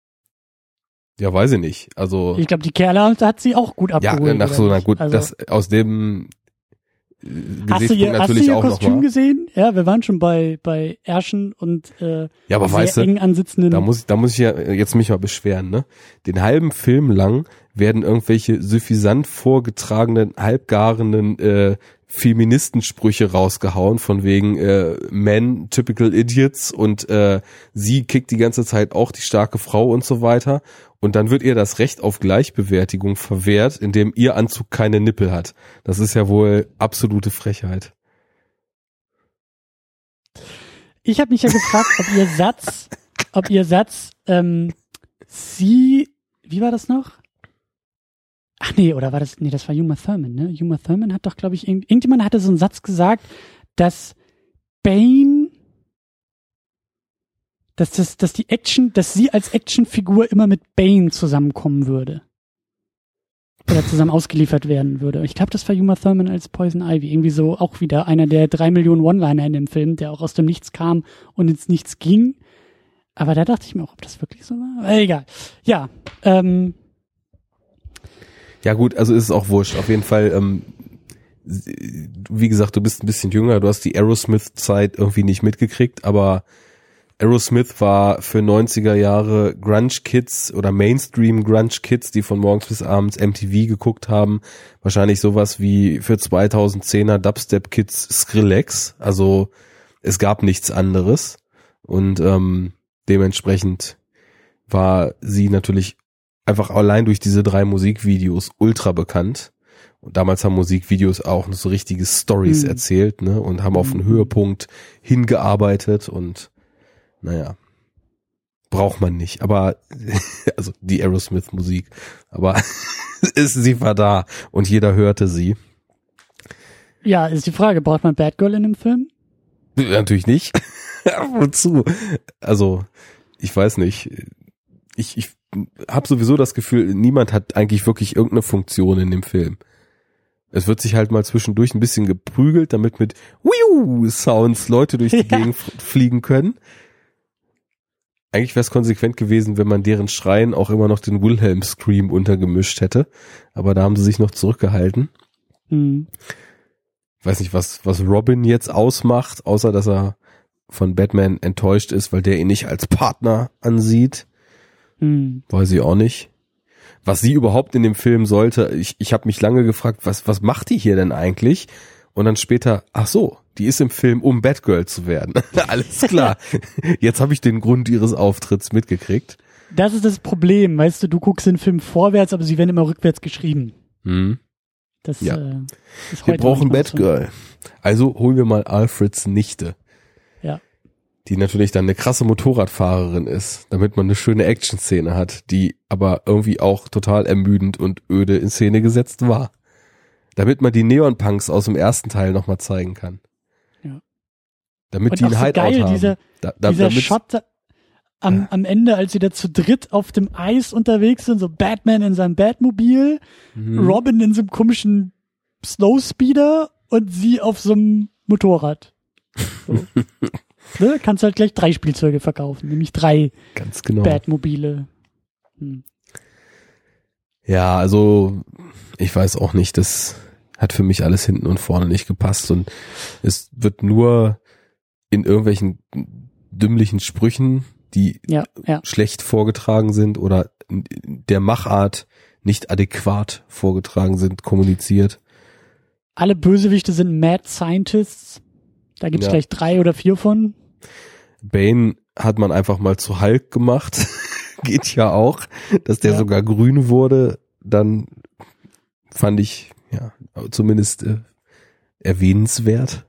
ja, weiß ich nicht, also ich glaube, die Kerle hat sie auch gut abgeholt. Ja, nach so, na gut, also, das aus dem Hast du ihr, natürlich hast du ihr auch Kostüm noch mal. gesehen? Ja, wir waren schon bei bei Ärschen und äh, ja, aber sehr weißt du, eng ansitzenden. Da muss ich, da muss ich ja jetzt mich mal beschweren, ne? Den halben Film lang werden irgendwelche suffisant vorgetragenen, halbgarenden äh, Feministensprüche rausgehauen von wegen äh, Men, typical idiots und äh, sie kickt die ganze Zeit auch die starke Frau und so weiter und dann wird ihr das Recht auf Gleichbewertigung verwehrt, indem ihr Anzug keine Nippel hat. Das ist ja wohl absolute Frechheit. Ich habe mich ja gefragt, ob ihr Satz, ob ihr Satz, ähm, sie, wie war das noch? Ach nee, oder war das, nee, das war Uma Thurman, ne? Uma Thurman hat doch, glaube ich, irgend, irgendjemand hatte so einen Satz gesagt, dass Bane, dass das, dass die Action, dass sie als Actionfigur immer mit Bane zusammenkommen würde. Oder zusammen ausgeliefert werden würde. Ich glaube, das war Uma Thurman als Poison Ivy. Irgendwie so auch wieder einer der drei Millionen One-Liner in dem Film, der auch aus dem Nichts kam und ins Nichts ging. Aber da dachte ich mir auch, ob das wirklich so war. Aber egal. Ja, ähm, Ja gut, also ist es auch wurscht. Auf jeden Fall, ähm, wie gesagt, du bist ein bisschen jünger, du hast die Aerosmith-Zeit irgendwie nicht mitgekriegt, aber Aerosmith war für neunziger Jahre Grunge-Kids oder Mainstream-Grunge-Kids, die von morgens bis abends M T V geguckt haben, wahrscheinlich sowas wie für zweitausendzehner Dubstep-Kids Skrillex. Also es gab nichts anderes und ähm, dementsprechend war sie natürlich einfach allein durch diese drei Musikvideos ultra bekannt. Und damals haben Musikvideos auch noch so richtige Storys mhm. erzählt, ne, und haben auf einen Höhepunkt hingearbeitet und naja, braucht man nicht. Aber, also die Aerosmith-Musik, aber ist, sie war da und jeder hörte sie. Ja, ist die Frage, braucht man Bad Girl in dem Film? Natürlich nicht. Wozu? Also, ich weiß nicht. Ich, ich habe sowieso das Gefühl, niemand hat eigentlich wirklich irgendeine Funktion in dem Film. Es wird sich halt mal zwischendurch ein bisschen geprügelt, damit mit Wiu-Sounds Leute durch die ja. Gegend fliegen können. Eigentlich wäre es konsequent gewesen, wenn man deren Schreien auch immer noch den Wilhelm-Scream untergemischt hätte. Aber da haben sie sich noch zurückgehalten. Mhm. Ich weiß nicht, was, was Robin jetzt ausmacht, außer dass er von Batman enttäuscht ist, weil der ihn nicht als Partner ansieht. Hm. Weiß ich auch nicht. Was sie überhaupt in dem Film sollte, ich, ich habe mich lange gefragt, was, was macht die hier denn eigentlich? Und dann später, ach so, die ist im Film, um Batgirl zu werden. Alles klar. Jetzt habe ich den Grund ihres Auftritts mitgekriegt. Das ist das Problem, weißt du, du guckst den Film vorwärts, aber sie werden immer rückwärts geschrieben. Hm. Das ja. äh, ist heute Wir brauchen Batgirl. Also holen wir mal Alfreds Nichte. Ja. Die natürlich dann eine krasse Motorradfahrerin ist, damit man eine schöne Action-Szene hat, die aber irgendwie auch total ermüdend und öde in Szene gesetzt war. Damit man die Neon-Punks aus dem ersten Teil nochmal zeigen kann. Ja. Damit und die ein so Hideout geil, haben. Dieser, da, da, dieser damit, Shot am, am Ende, als sie da zu dritt auf dem Eis unterwegs sind, so Batman in seinem Batmobil, mhm. Robin in so einem komischen Snowspeeder und sie auf so einem Motorrad. So. Ne, kannst halt gleich drei Spielzeuge verkaufen, nämlich drei Ganz genau. Batmobile. Hm. Ja, also ich weiß auch nicht, das hat für mich alles hinten und vorne nicht gepasst und es wird nur in irgendwelchen dümmlichen Sprüchen, die ja, ja. schlecht vorgetragen sind oder der Machart nicht adäquat vorgetragen sind, kommuniziert. Alle Bösewichte sind Mad Scientists. Da gibt's ja. gleich drei oder vier von. Bane hat man einfach mal zu Hulk gemacht. Geht ja auch. Dass der ja. sogar grün wurde, dann fand ich ja zumindest äh, erwähnenswert.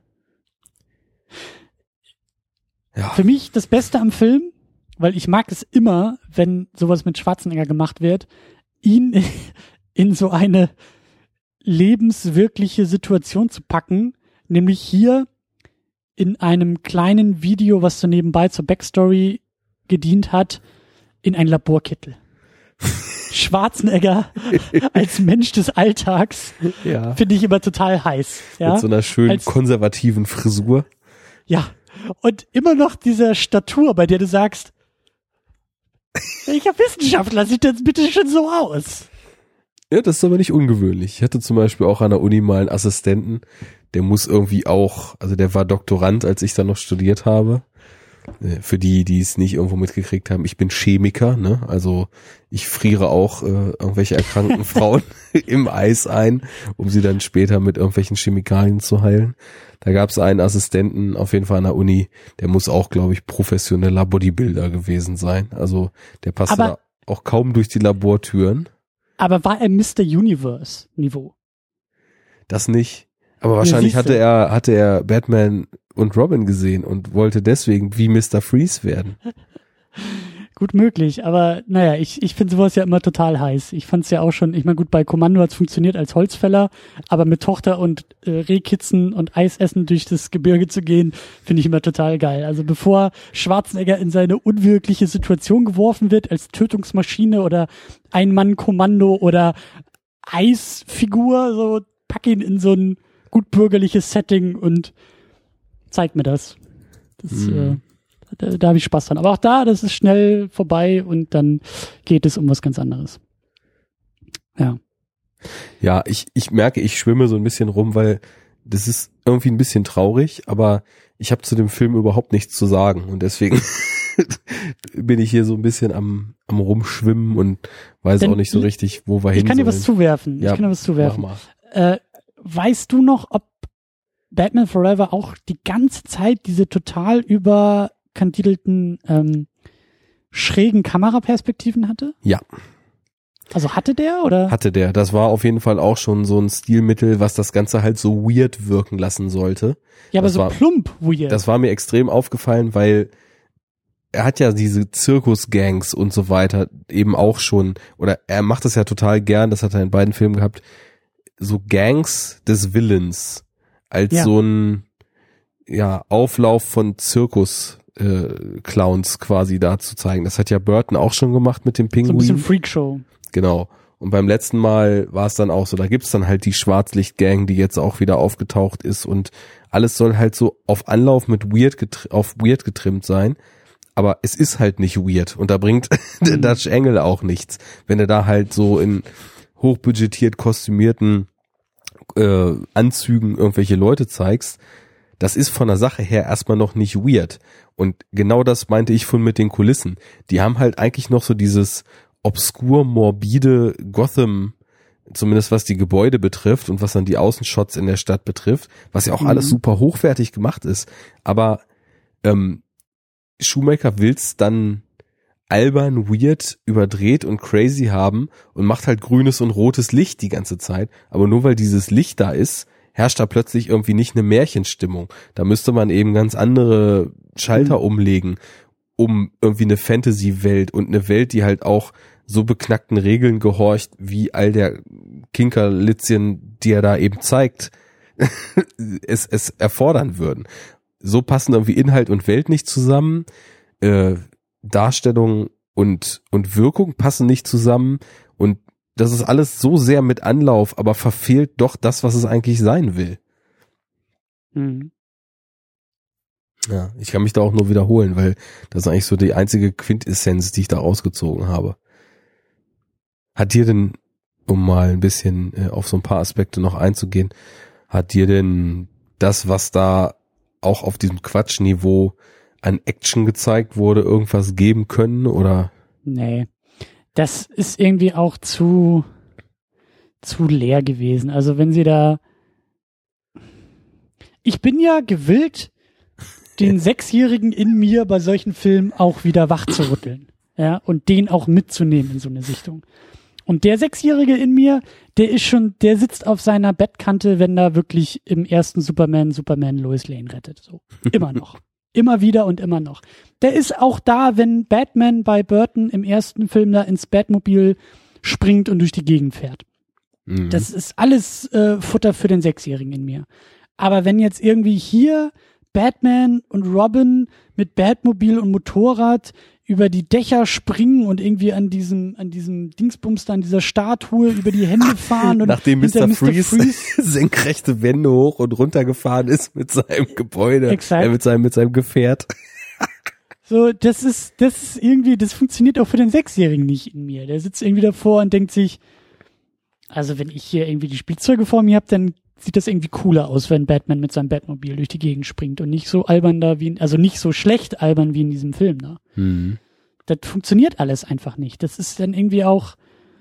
Ja. Für mich das Beste am Film, weil ich mag es immer, wenn sowas mit Schwarzenegger gemacht wird, ihn in so eine lebenswirkliche Situation zu packen, nämlich hier in einem kleinen Video, was so nebenbei zur Backstory gedient hat, in ein Laborkittel. Schwarzenegger als Mensch des Alltags ja. finde ich immer total heiß. Ja? Mit so einer schönen als, konservativen Frisur. Ja, und immer noch dieser Statur, bei der du sagst, welcher Wissenschaftler sieht das bitte schon so aus? Ja, das ist aber nicht ungewöhnlich. Ich hatte zum Beispiel auch an der Uni mal einen Assistenten, der muss irgendwie auch, also der war Doktorand, als ich da noch studiert habe. Für die, die es nicht irgendwo mitgekriegt haben, ich bin Chemiker, ne? Also ich friere auch äh, irgendwelche erkrankten Frauen im Eis ein, um sie dann später mit irgendwelchen Chemikalien zu heilen. Da gab es einen Assistenten auf jeden Fall an der Uni, der muss auch, glaube ich, professioneller Bodybuilder gewesen sein. Also der passte da auch kaum durch die Labortüren. Aber war er Mister Universe Niveau? Das nicht. Aber wahrscheinlich hatte er, hatte er Batman und Robin gesehen und wollte deswegen wie Mister Freeze werden. Gut möglich, aber naja, ich, ich finde sowas ja immer total heiß. Ich fand es ja auch schon, ich meine gut, bei Kommando hat es funktioniert als Holzfäller, aber mit Tochter und äh, Rehkitzen und Eisessen durch das Gebirge zu gehen, finde ich immer total geil. Also bevor Schwarzenegger in seine unwirkliche Situation geworfen wird, als Tötungsmaschine oder Ein-Mann-Kommando oder Eisfigur, so pack ihn in so ein gut bürgerliches Setting und zeig mir das. Das mhm. äh, Da, da habe ich Spaß dran. Aber auch da, das ist schnell vorbei und dann geht es um was ganz anderes. Ja. Ja, ich, ich merke, ich schwimme so ein bisschen rum, weil das ist irgendwie ein bisschen traurig, aber ich habe zu dem Film überhaupt nichts zu sagen und deswegen bin ich hier so ein bisschen am, am Rumschwimmen und weiß Denn auch nicht so richtig, wo wir hin sollen. Ich kann sollen. dir was zuwerfen. Ja, ich kann dir was zuwerfen. Mach mal. Äh, weißt du noch, ob Batman Forever auch die ganze Zeit diese total überkandidelten ähm, schrägen Kameraperspektiven hatte? Ja. Also hatte der, oder? Hatte der. Das war auf jeden Fall auch schon so ein Stilmittel, was das Ganze halt so weird wirken lassen sollte. Ja, aber das so war, plump weird. Das war mir extrem aufgefallen, weil er hat ja diese Zirkusgangs und so weiter eben auch schon, oder er macht das ja total gern, das hat er in beiden Filmen gehabt, so Gangs des Willens als ja. so ein ja Auflauf von Zirkus äh, Clowns quasi da zu zeigen. Das hat ja Burton auch schon gemacht mit dem Pinguin. So ein bisschen Freakshow. Genau. Und beim letzten Mal war es dann auch so, da gibt's dann halt die Schwarzlicht-Gang, die jetzt auch wieder aufgetaucht ist und alles soll halt so auf Anlauf mit weird getr- auf weird getrimmt sein. Aber es ist halt nicht weird und da bringt der Dutch Angle auch nichts, wenn er da halt so in hochbudgetiert kostümierten äh, Anzügen irgendwelche Leute zeigst. Das ist von der Sache her erstmal noch nicht weird. Und genau das meinte ich von mit den Kulissen. Die haben halt eigentlich noch so dieses obskur morbide Gotham, zumindest was die Gebäude betrifft und was dann die Außenshots in der Stadt betrifft, was ja auch mhm. alles super hochwertig gemacht ist. Aber ähm, Schumacher will's dann albern, weird, überdreht und crazy haben und macht halt grünes und rotes Licht die ganze Zeit. Aber nur weil dieses Licht da ist, herrscht da plötzlich irgendwie nicht eine Märchenstimmung. Da müsste man eben ganz andere Schalter mhm. umlegen, um irgendwie eine Fantasy-Welt und eine Welt, die halt auch so beknackten Regeln gehorcht, wie all der Kinkerlitzchen, die er da eben zeigt, es, es erfordern würden. So passen irgendwie Inhalt und Welt nicht zusammen, äh, Darstellung und und Wirkung passen nicht zusammen und das ist alles so sehr mit Anlauf, aber verfehlt doch das, was es eigentlich sein will. Mhm. Ja, ich kann mich da auch nur wiederholen, weil das ist eigentlich so die einzige Quintessenz, die ich da rausgezogen habe. Hat dir denn, um mal ein bisschen äh, auf so ein paar Aspekte noch einzugehen, hat dir denn das, was da auch auf diesem Quatschniveau an Action gezeigt wurde, irgendwas geben können, oder? Nee, das ist irgendwie auch zu zu leer gewesen. Also wenn sie da, ich bin ja gewillt, den Sechsjährigen in mir bei solchen Filmen auch wieder wach zu rütteln, ja, und den auch mitzunehmen in so eine Sichtung. Und der Sechsjährige in mir, der ist schon, der sitzt auf seiner Bettkante, wenn da wirklich im ersten Superman, Superman Lois Lane rettet. So. Immer noch. Immer wieder und immer noch. Der ist auch da, wenn Batman bei Burton im ersten Film da ins Batmobil springt und durch die Gegend fährt. Mhm. Das ist alles äh, Futter für den Sechsjährigen in mir. Aber wenn jetzt irgendwie hier Batman und Robin mit Batmobil und Motorrad über die Dächer springen und irgendwie an diesem, an diesem Dingsbums da, an dieser Statue über die Hände fahren und nachdem Mister Freeze, Freeze senkrechte Wände hoch und runter gefahren ist mit seinem Gebäude, äh, mit seinem, mit seinem Gefährt. So, das ist, das ist irgendwie, das funktioniert auch für den Sechsjährigen nicht in mir. Der sitzt irgendwie davor und denkt sich, also wenn ich hier irgendwie die Spielzeuge vor mir habe, dann sieht das irgendwie cooler aus, wenn Batman mit seinem Batmobil durch die Gegend springt und nicht so albern da wie, also nicht so schlecht albern wie in diesem Film da. Mhm. Das funktioniert alles einfach nicht. Das ist dann irgendwie auch,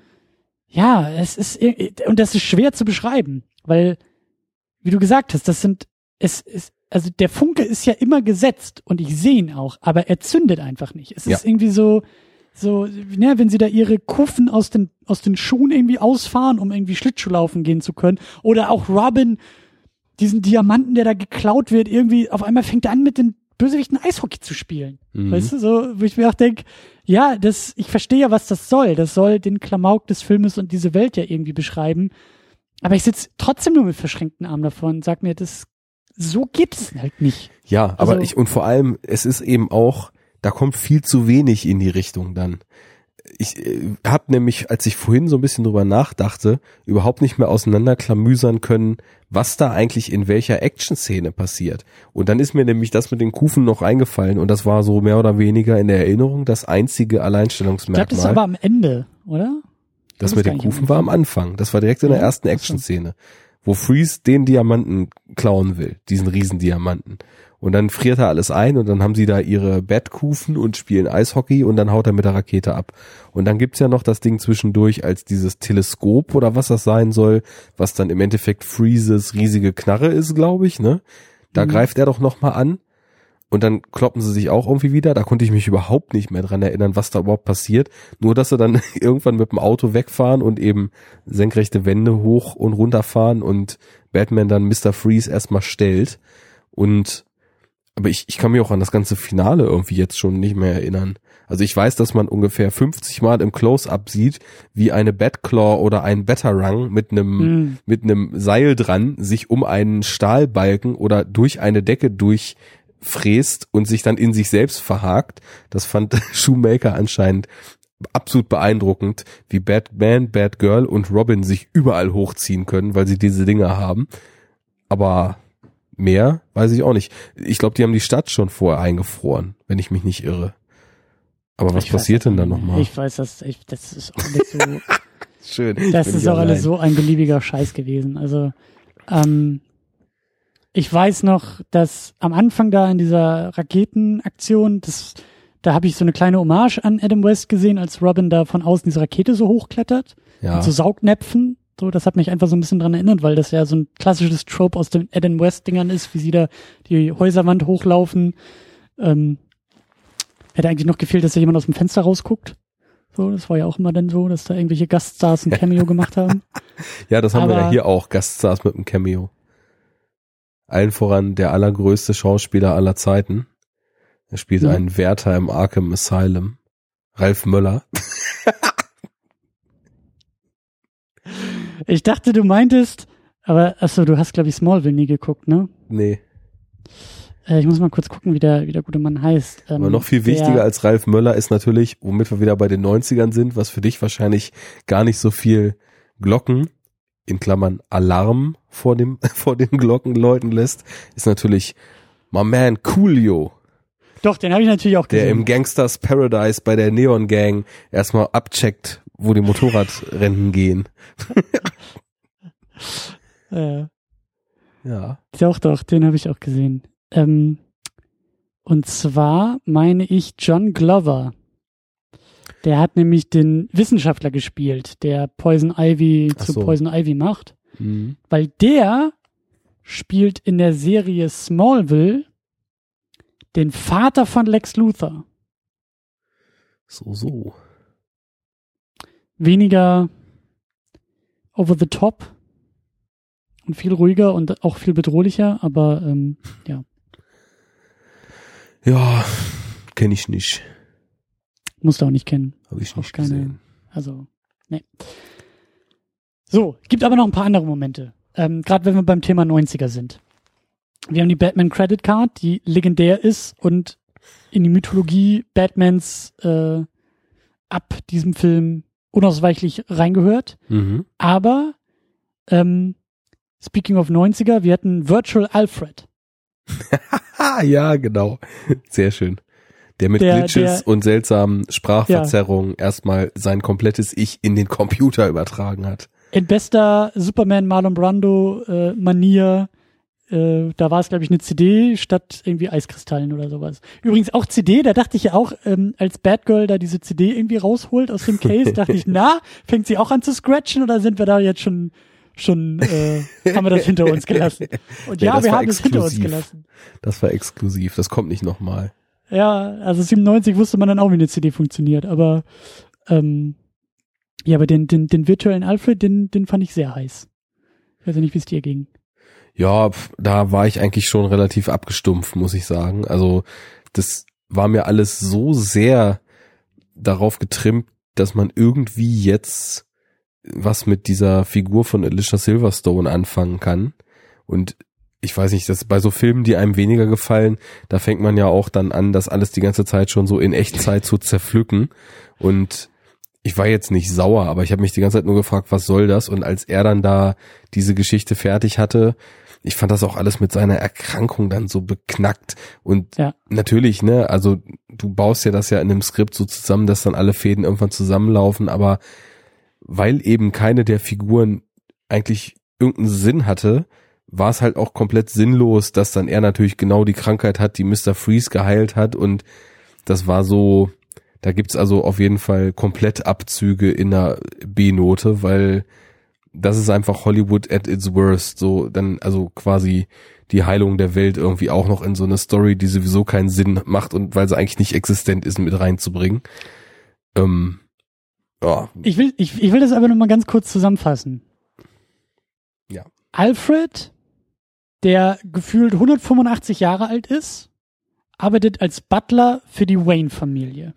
ja, es ist, und das ist schwer zu beschreiben, weil, wie du gesagt hast, das sind, es ist, also der Funke ist ja immer gesetzt und ich sehe ihn auch, aber er zündet einfach nicht. Es Ja. ist irgendwie so, so, ne, wenn sie da ihre Kufen aus den, aus den Schuhen irgendwie ausfahren, um irgendwie Schlittschuhlaufen gehen zu können, oder auch Robin, diesen Diamanten, der da geklaut wird, irgendwie, auf einmal fängt er an mit den Bösewichten Eishockey zu spielen. Mhm. Weißt du, so, wo ich mir auch denke, ja, das, ich verstehe ja, was das soll. Das soll den Klamauk des Filmes und diese Welt ja irgendwie beschreiben. Aber ich sitze trotzdem nur mit verschränkten Armen davon und sag mir, das, so geht es halt nicht. Ja, aber Also- ich, und vor allem, es ist eben auch, da kommt viel zu wenig in die Richtung dann. Ich äh, habe nämlich, als ich vorhin so ein bisschen drüber nachdachte, überhaupt nicht mehr auseinanderklamüsern können, was da eigentlich in welcher Action-Szene passiert. Und dann ist mir nämlich das mit den Kufen noch eingefallen und das war so mehr oder weniger in der Erinnerung das einzige Ich Alleinstellungsmerkmal. glaube, das ist aber am Ende, oder? Das Das mit ist den gar nicht Kufen am war am Anfang. Das war direkt in der Ja? ersten Ach so. Action-Szene, wo Freeze den Diamanten klauen will, diesen Riesendiamanten. Und dann friert er alles ein und dann haben sie da ihre Bettkufen und spielen Eishockey und dann haut er mit der Rakete ab. Und dann gibt's ja noch das Ding zwischendurch als dieses Teleskop oder was das sein soll, was dann im Endeffekt Freezes riesige Knarre ist, glaube ich, ne? Da Mhm. greift er doch nochmal an. Und dann kloppen sie sich auch irgendwie wieder. Da konnte ich mich überhaupt nicht mehr dran erinnern, was da überhaupt passiert. Nur, dass sie dann irgendwann mit dem Auto wegfahren und eben senkrechte Wände hoch und runter fahren und Batman dann Mister Freeze erstmal stellt. Und, aber ich, ich kann mich auch an das ganze Finale irgendwie jetzt schon nicht mehr erinnern. Also ich weiß, dass man ungefähr fünfzig Mal im Close-Up sieht, wie eine Batclaw oder ein Batarang mit einem, Mhm. mit einem Seil dran sich um einen Stahlbalken oder durch eine Decke durch fräst und sich dann in sich selbst verhakt. Das fand Shoemaker anscheinend absolut beeindruckend, wie Batman, Batgirl und Robin sich überall hochziehen können, weil sie diese Dinger haben. Aber mehr weiß ich auch nicht. Ich glaube, die haben die Stadt schon vorher eingefroren, wenn ich mich nicht irre. Aber was Ich weiß passiert das denn da nicht mehr. nochmal? Ich weiß, das, ich, das ist auch alles so, Schön. ich das bin ist hier auch alles allein. so ein beliebiger Scheiß gewesen. Also, ähm, ich weiß noch, dass am Anfang da in dieser Raketenaktion, das, da habe ich so eine kleine Hommage an Adam West gesehen, als Robin da von außen diese Rakete so hochklettert, Ja. mit so Saugnäpfen. So, das hat mich einfach so ein bisschen dran erinnert, weil das ja so ein klassisches Trope aus den Adam West Dingern ist, wie sie da die Häuserwand hochlaufen. Ähm, hätte eigentlich noch gefehlt, dass da jemand aus dem Fenster rausguckt. So, das war ja auch immer dann so, dass da irgendwelche Gaststars ein Cameo gemacht haben. Ja, das haben wir ja Aber- hier auch, Gaststars mit einem Cameo. Allen voran der allergrößte Schauspieler aller Zeiten. Er spielt Ja. einen Wärter im Arkham Asylum. Ralf Möller. Ich dachte, du meintest, aber achso, du hast, glaube ich, Smallville nie geguckt, ne? Nee, Äh, ich muss mal kurz gucken, wie der, wie der gute Mann heißt. Ähm, aber noch viel wichtiger der, als Ralf Möller ist natürlich, womit wir wieder bei den neunzigern sind, was für dich wahrscheinlich gar nicht so viel Glocken, in Klammern Alarm vor dem, vor den Glocken läuten lässt, ist natürlich my man Coolio, Doch, den habe ich natürlich auch der gesehen. im Gangsters Paradise bei der Neon Gang erstmal abcheckt, wo die Motorradrennen gehen. äh, Ja. doch, doch, den habe ich auch gesehen. Ähm, und zwar meine ich John Glover. Der hat nämlich den Wissenschaftler gespielt, der Poison Ivy Ach zu so. Poison Ivy macht. Mhm. Weil der spielt in der Serie Smallville den Vater von Lex Luthor. So, so. Weniger over the top und viel ruhiger und auch viel bedrohlicher, aber ähm, ja, Ja, kenne ich nicht. musst du auch nicht kennen. Habe ich Auch nicht keine- gesehen. Also, ne. So, gibt aber noch ein paar andere Momente. Ähm, Gerade wenn wir beim Thema neunziger sind. Wir haben die Batman Credit Card, die legendär ist und in die Mythologie Batmans äh, ab diesem Film unausweichlich reingehört. Mhm. Aber ähm, speaking of neunziger, wir hatten Virtual Alfred. Ah, ja, genau. Sehr schön. Der mit Der- Glitches der- und seltsamen Sprachverzerrungen erstmal sein komplettes Ich in den Computer übertragen hat. in bester Superman Marlon Brando äh, Manier, äh, da war es, glaube ich, eine C D statt irgendwie Eiskristallen oder sowas. Übrigens auch C D, da dachte ich ja auch, ähm, als Batgirl da diese C D irgendwie rausholt aus dem Case, dachte ich, na, fängt sie auch an zu scratchen oder sind wir da jetzt schon, schon, äh, haben wir das hinter uns gelassen? Und nee, ja, wir haben exklusiv. es hinter uns gelassen. Das war exklusiv, das kommt nicht nochmal. Ja, also siebenundneunzig wusste man dann auch, wie eine C D funktioniert, aber ähm, ja, aber den, den, den virtuellen Alfred, den, den fand ich sehr heiß. Ich weiß ja nicht, wie es dir ging. Ja, da war ich eigentlich schon relativ abgestumpft, muss ich sagen. Also das war mir alles so sehr darauf getrimmt, dass man irgendwie jetzt was mit dieser Figur von Alicia Silverstone anfangen kann. Und ich weiß nicht, dass bei so Filmen, die einem weniger gefallen, da fängt man ja auch dann an, das alles die ganze Zeit schon so in Echtzeit zu zerpflücken. Und ich war jetzt nicht sauer, aber ich habe mich die ganze Zeit nur gefragt, was soll das? Und als er dann da diese Geschichte fertig hatte, ich fand das auch alles mit seiner Erkrankung dann so beknackt. Und ja. natürlich, ne, also du baust ja das ja in einem Skript so zusammen, dass dann alle Fäden irgendwann zusammenlaufen, aber weil eben keine der Figuren eigentlich irgendeinen Sinn hatte, war es halt auch komplett sinnlos, dass dann er natürlich genau die Krankheit hat, die Mister Freeze geheilt hat, und das war so, da gibt's also auf jeden Fall komplett Abzüge in der B-Note, weil das ist einfach Hollywood at its worst, so dann also quasi die Heilung der Welt irgendwie auch noch in so eine Story, die sowieso keinen Sinn macht und weil sie eigentlich nicht existent ist, mit reinzubringen. Ähm, ja. Ich will, ich, ich will das aber noch mal ganz kurz zusammenfassen. Ja. Alfred, der gefühlt hundertfünfundachtzig Jahre alt ist, arbeitet als Butler für die Wayne-Familie.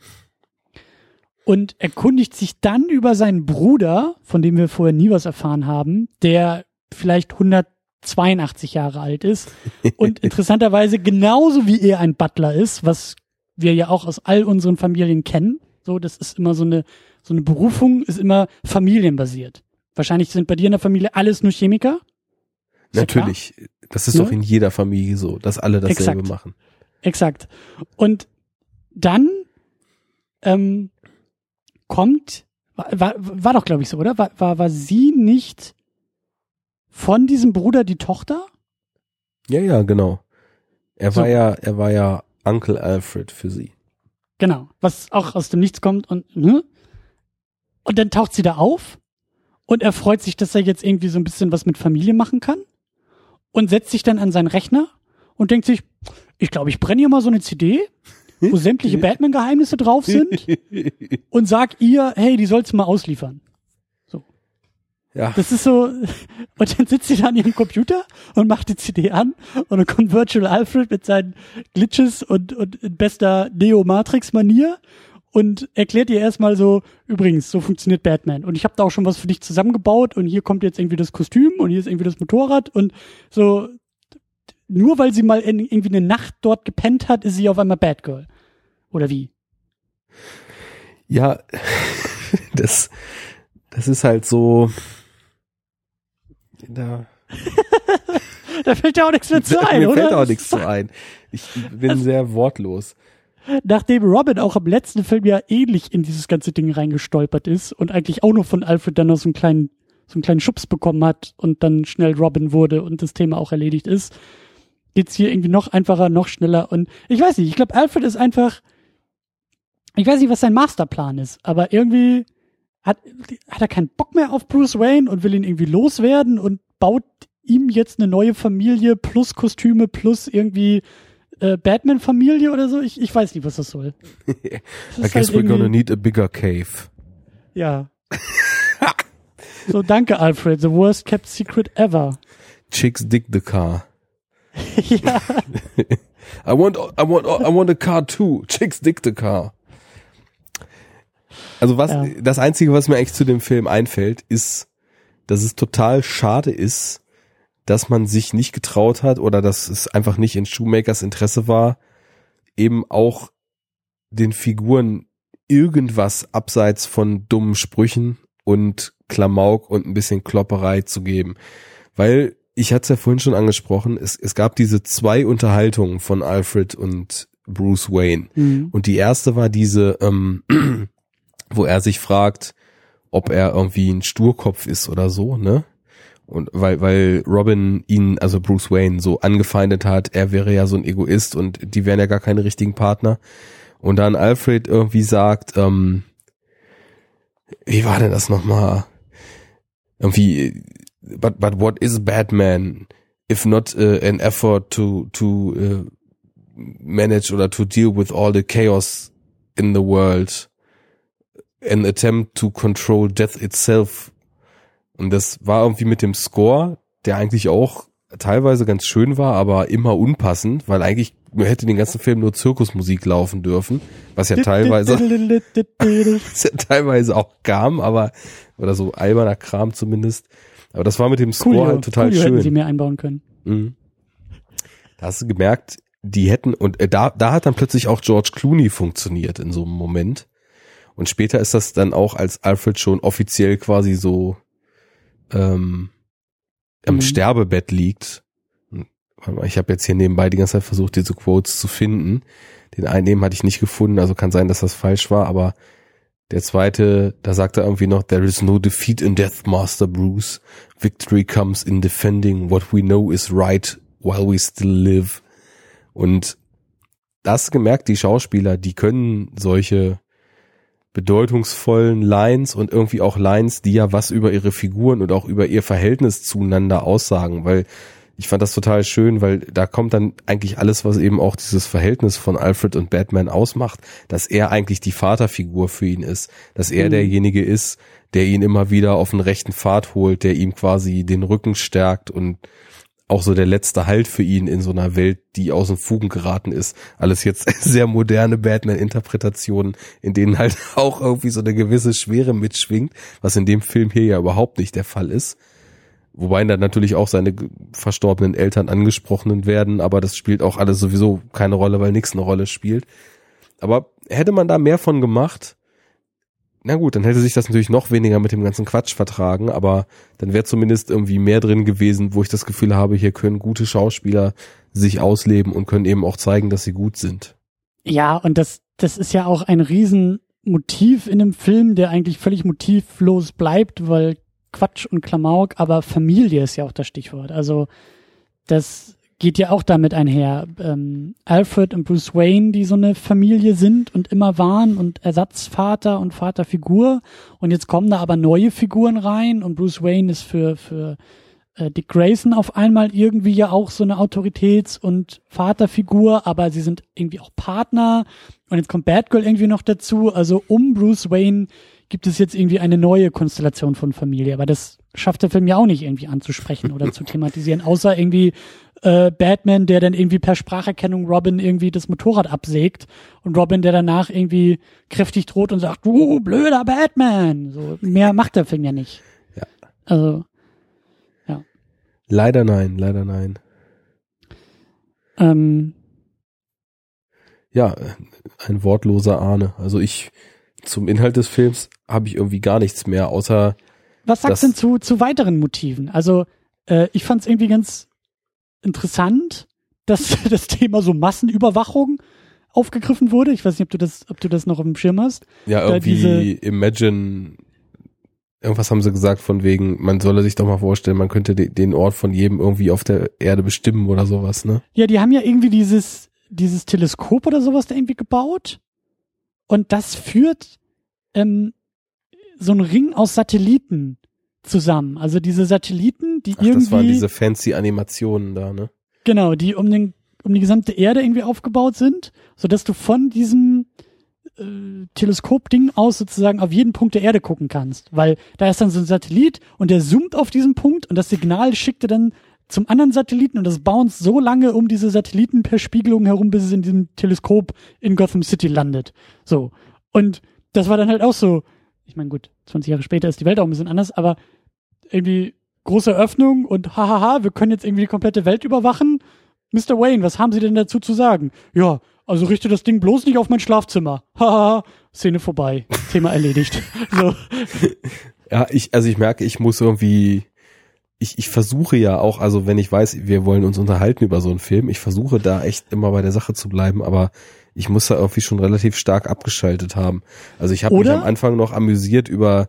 Und erkundigt sich dann über seinen Bruder, von dem wir vorher nie was erfahren haben, der vielleicht hundertzweiundachtzig Jahre alt ist und interessanterweise genauso wie er ein Butler ist, was wir ja auch aus all unseren Familien kennen. So, das ist immer so eine, so eine Berufung, ist immer familienbasiert. Wahrscheinlich sind bei dir in der Familie alles nur Chemiker. Ist Natürlich. Ja, das ist ja? doch in jeder Familie so, dass alle dasselbe Exakt. machen. Exakt. Und dann, ähm, kommt, war, war, war doch, glaube ich, so, oder? War, war, war sie nicht von diesem Bruder die Tochter? Ja, ja, genau. Er So. war ja, er war ja Uncle Alfred für sie. Genau. Was auch aus dem Nichts kommt und, ne? Und dann taucht sie da auf und er freut sich, dass er jetzt irgendwie so ein bisschen was mit Familie machen kann und setzt sich dann an seinen Rechner und denkt sich, ich glaube, ich brenne hier mal so eine C D, wo sämtliche Batman-Geheimnisse drauf sind und sag ihr, hey, die sollst du mal ausliefern. So. Ja. Das ist so, und dann sitzt sie da an ihrem Computer und macht die C D an und dann kommt Virtual Alfred mit seinen Glitches und, und in bester Neo-Matrix-Manier und erklärt ihr erstmal so, übrigens, so funktioniert Batman und ich habe da auch schon was für dich zusammengebaut und hier kommt jetzt irgendwie das Kostüm und hier ist irgendwie das Motorrad und so, nur weil sie mal in, irgendwie eine Nacht dort gepennt hat, ist sie auf einmal Batgirl. Oder wie? Ja, das, das ist halt so, da, da fällt ja auch nichts mehr zu ein, mir oder? fällt auch nichts zu ein. Ich bin also, sehr wortlos. Nachdem Robin auch im letzten Film ja ähnlich in dieses ganze Ding reingestolpert ist und eigentlich auch noch von Alfred dann noch so einen kleinen, so einen kleinen Schubs bekommen hat und dann schnell Robin wurde und das Thema auch erledigt ist, geht's hier irgendwie noch einfacher, noch schneller und ich weiß nicht, ich glaube, Alfred ist einfach, ich weiß nicht, was sein Masterplan ist, aber irgendwie hat, hat er keinen Bock mehr auf Bruce Wayne und will ihn irgendwie loswerden und baut ihm jetzt eine neue Familie plus Kostüme plus irgendwie äh, Batman-Familie oder so. Ich, ich weiß nicht, was das soll. Das I guess halt we're gonna need a bigger cave. Ja. So, danke, Alfred. The worst kept secret ever. Chicks dig the car. Ja. I want, I want, I want a car too. Chicks dig the car. Also was, ja. Das Einzige, was mir eigentlich zu dem Film einfällt, ist, dass es total schade ist, dass man sich nicht getraut hat oder dass es einfach nicht in Shoemakers Interesse war, eben auch den Figuren irgendwas abseits von dummen Sprüchen und Klamauk und ein bisschen Klopperei zu geben. Weil, ich hatte es ja vorhin schon angesprochen, es, es gab diese zwei Unterhaltungen von Alfred und Bruce Wayne. Mhm. Und die erste war diese, ähm, wo er sich fragt, ob er irgendwie ein Sturkopf ist oder so, ne? Und weil, weil Robin ihn, also Bruce Wayne, so angefeindet hat, er wäre ja so ein Egoist und die wären ja gar keine richtigen Partner. Und dann Alfred irgendwie sagt, ähm, wie war denn das nochmal? Irgendwie, but, but what is Batman if not uh, an effort to, to uh, manage oder to deal with all the chaos in the world, an attempt to control death itself. Und das war irgendwie mit dem Score, der eigentlich auch teilweise ganz schön war, aber immer unpassend, weil eigentlich hätte den ganzen Film nur Zirkusmusik laufen dürfen, was ja teilweise was ja teilweise auch kam, aber oder so alberner Kram zumindest. Aber das war mit dem Score Coolio. halt total Coolio schön. Hätten sie mehr einbauen können. Mhm. Da hast du gemerkt, die hätten, und äh, da, da hat dann plötzlich auch George Clooney funktioniert in so einem Moment. Und später ist das dann auch, als Alfred schon offiziell quasi so ähm, am mhm. Sterbebett liegt. Ich habe jetzt hier nebenbei die ganze Zeit versucht, diese Quotes zu finden. Den einen eben hatte ich nicht gefunden, also kann sein, dass das falsch war, aber der zweite, da sagt er irgendwie noch, there is no defeat in death, Master Bruce. Victory comes in defending what we know is right while we still live. Und das gemerkt, die Schauspieler, die können solche bedeutungsvollen Lines und irgendwie auch Lines, die ja was über ihre Figuren und auch über ihr Verhältnis zueinander aussagen, weil ich fand das total schön, weil da kommt dann eigentlich alles, was eben auch dieses Verhältnis von Alfred und Batman ausmacht, dass er eigentlich die Vaterfigur für ihn ist, dass er mhm. derjenige ist, der ihn immer wieder auf den rechten Pfad holt, der ihm quasi den Rücken stärkt und auch so der letzte Halt für ihn in so einer Welt, die aus den Fugen geraten ist. Alles jetzt sehr moderne Batman-Interpretationen, in denen halt auch irgendwie so eine gewisse Schwere mitschwingt, was in dem Film hier ja überhaupt nicht der Fall ist. Wobei dann natürlich auch seine verstorbenen Eltern angesprochen werden, aber das spielt auch alles sowieso keine Rolle, weil nichts eine Rolle spielt. Aber hätte man da mehr von gemacht, na gut, dann hätte sich das natürlich noch weniger mit dem ganzen Quatsch vertragen, aber dann wäre zumindest irgendwie mehr drin gewesen, wo ich das Gefühl habe, hier können gute Schauspieler sich ausleben und können eben auch zeigen, dass sie gut sind. Ja, und das, das ist ja auch ein Riesenmotiv in einem Film, der eigentlich völlig motivlos bleibt, weil Quatsch und Klamauk, aber Familie ist ja auch das Stichwort. Also das geht ja auch damit einher. Ähm, Alfred und Bruce Wayne, die so eine Familie sind und immer waren und Ersatzvater und Vaterfigur. Und jetzt kommen da aber neue Figuren rein und Bruce Wayne ist für für äh, Dick Grayson auf einmal irgendwie ja auch so eine Autoritäts- und Vaterfigur, aber sie sind irgendwie auch Partner. Und jetzt kommt Batgirl irgendwie noch dazu. Also um Bruce Wayne gibt es jetzt irgendwie eine neue Konstellation von Familie. Aber das schafft der Film ja auch nicht irgendwie anzusprechen oder zu thematisieren, außer irgendwie äh, Batman, der dann irgendwie per Spracherkennung Robin irgendwie das Motorrad absägt und Robin, der danach irgendwie kräftig droht und sagt, du blöder Batman. So, mehr macht der Film ja nicht. Ja. Also, ja. Leider nein, leider nein. Ähm, ja, ein wortloser Ahne. Also ich, zum Inhalt des Films habe ich irgendwie gar nichts mehr, außer was sagst du denn zu, zu weiteren Motiven? Also äh, ich fand es irgendwie ganz interessant, dass das Thema so Massenüberwachung aufgegriffen wurde. Ich weiß nicht, ob du das, ob du das noch auf dem Schirm hast. Ja, irgendwie Imagine, irgendwas haben sie gesagt von wegen, man solle sich doch mal vorstellen, man könnte de- den Ort von jedem irgendwie auf der Erde bestimmen oder sowas, ne? Ja, die haben ja irgendwie dieses, dieses Teleskop oder sowas da irgendwie gebaut. Und das führt ähm, so einen Ring aus Satelliten zusammen. Also diese Satelliten, die Ach, irgendwie... das waren diese fancy Animationen da, ne? Genau, die um den um die gesamte Erde irgendwie aufgebaut sind, sodass du von diesem äh, Teleskopding aus sozusagen auf jeden Punkt der Erde gucken kannst. Weil da ist dann so ein Satellit und der zoomt auf diesen Punkt und das Signal schickt er dann zum anderen Satelliten und das bounced so lange um diese Satelliten per Spiegelung herum, bis es in diesem Teleskop in Gotham City landet. So. Und das war dann halt auch so, ich meine, gut, zwanzig Jahre später ist die Welt auch ein bisschen anders, aber irgendwie große Öffnung und hahaha, wir können jetzt irgendwie die komplette Welt überwachen. Mister Wayne, was haben Sie denn dazu zu sagen? Ja, also richte das Ding bloß nicht auf mein Schlafzimmer. Haha, Szene vorbei. Thema erledigt. So. Ja, ich, also ich merke, ich muss irgendwie, ich, ich versuche ja auch, also wenn ich weiß, wir wollen uns unterhalten über so einen Film, ich versuche da echt immer bei der Sache zu bleiben, aber ich muss da irgendwie schon relativ stark abgeschaltet haben. Also ich habe mich am Anfang noch amüsiert über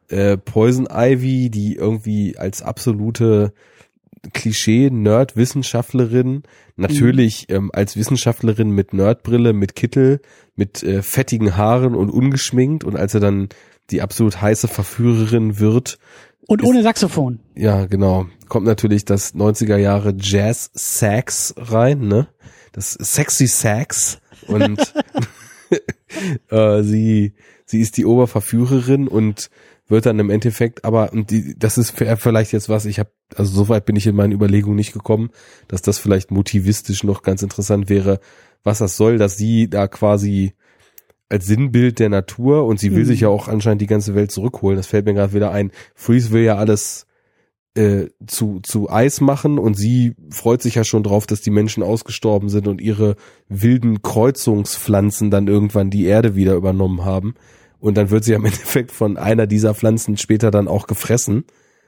äh, Poison Ivy, die irgendwie als absolute Klischee-Nerd-Wissenschaftlerin, natürlich mhm. ähm, als Wissenschaftlerin mit Nerdbrille, mit Kittel, mit äh, fettigen Haaren und ungeschminkt, und als er dann die absolut heiße Verführerin wird. Und ist, ohne Saxophon. Ja, genau. Kommt natürlich das neunziger Jahre Jazz-Sax rein, ne? Das Sexy Sax. Und äh, sie, sie ist die Oberverführerin und wird dann im Endeffekt, aber und die, das ist vielleicht jetzt was, ich habe, also soweit bin ich in meinen Überlegungen nicht gekommen, dass das vielleicht motivistisch noch ganz interessant wäre, was das soll, dass sie da quasi als Sinnbild der Natur, und sie will mhm. sich ja auch anscheinend die ganze Welt zurückholen, das fällt mir gerade wieder ein, Freeze will ja alles äh, zu zu Eis machen, und sie freut sich ja schon drauf, dass die Menschen ausgestorben sind und ihre wilden Kreuzungspflanzen dann irgendwann die Erde wieder übernommen haben. Und dann wird sie im Endeffekt von einer dieser Pflanzen später dann auch gefressen.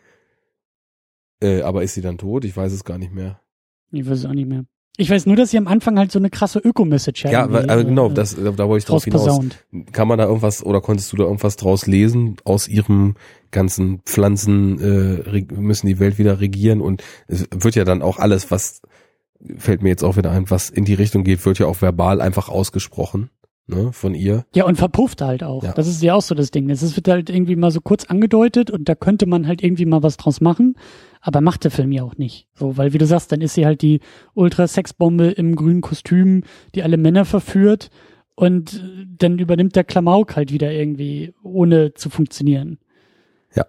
Äh, aber ist sie dann tot? Ich weiß es gar nicht mehr. Ich weiß es auch nicht mehr. Ich weiß nur, dass sie am Anfang halt so eine krasse Öko-Message hat. Ja, also genau, das, da wollte ich drauf hinaus. Kann man da irgendwas, oder konntest du da irgendwas draus lesen? Aus ihrem ganzen Pflanzen äh, müssen die Welt wieder regieren, und es wird ja dann auch alles, was, fällt mir jetzt auch wieder ein, was in die Richtung geht, wird ja auch verbal einfach ausgesprochen. Ne, von ihr. Ja, und verpufft halt auch. Ja. Das ist ja auch so das Ding. Es wird halt irgendwie mal so kurz angedeutet, und da könnte man halt irgendwie mal was draus machen, aber macht der Film ja auch nicht. So, weil wie du sagst, dann ist sie halt die Ultra-Sexbombe im grünen Kostüm, die alle Männer verführt, und dann übernimmt der Klamauk halt wieder irgendwie, ohne zu funktionieren. Ja.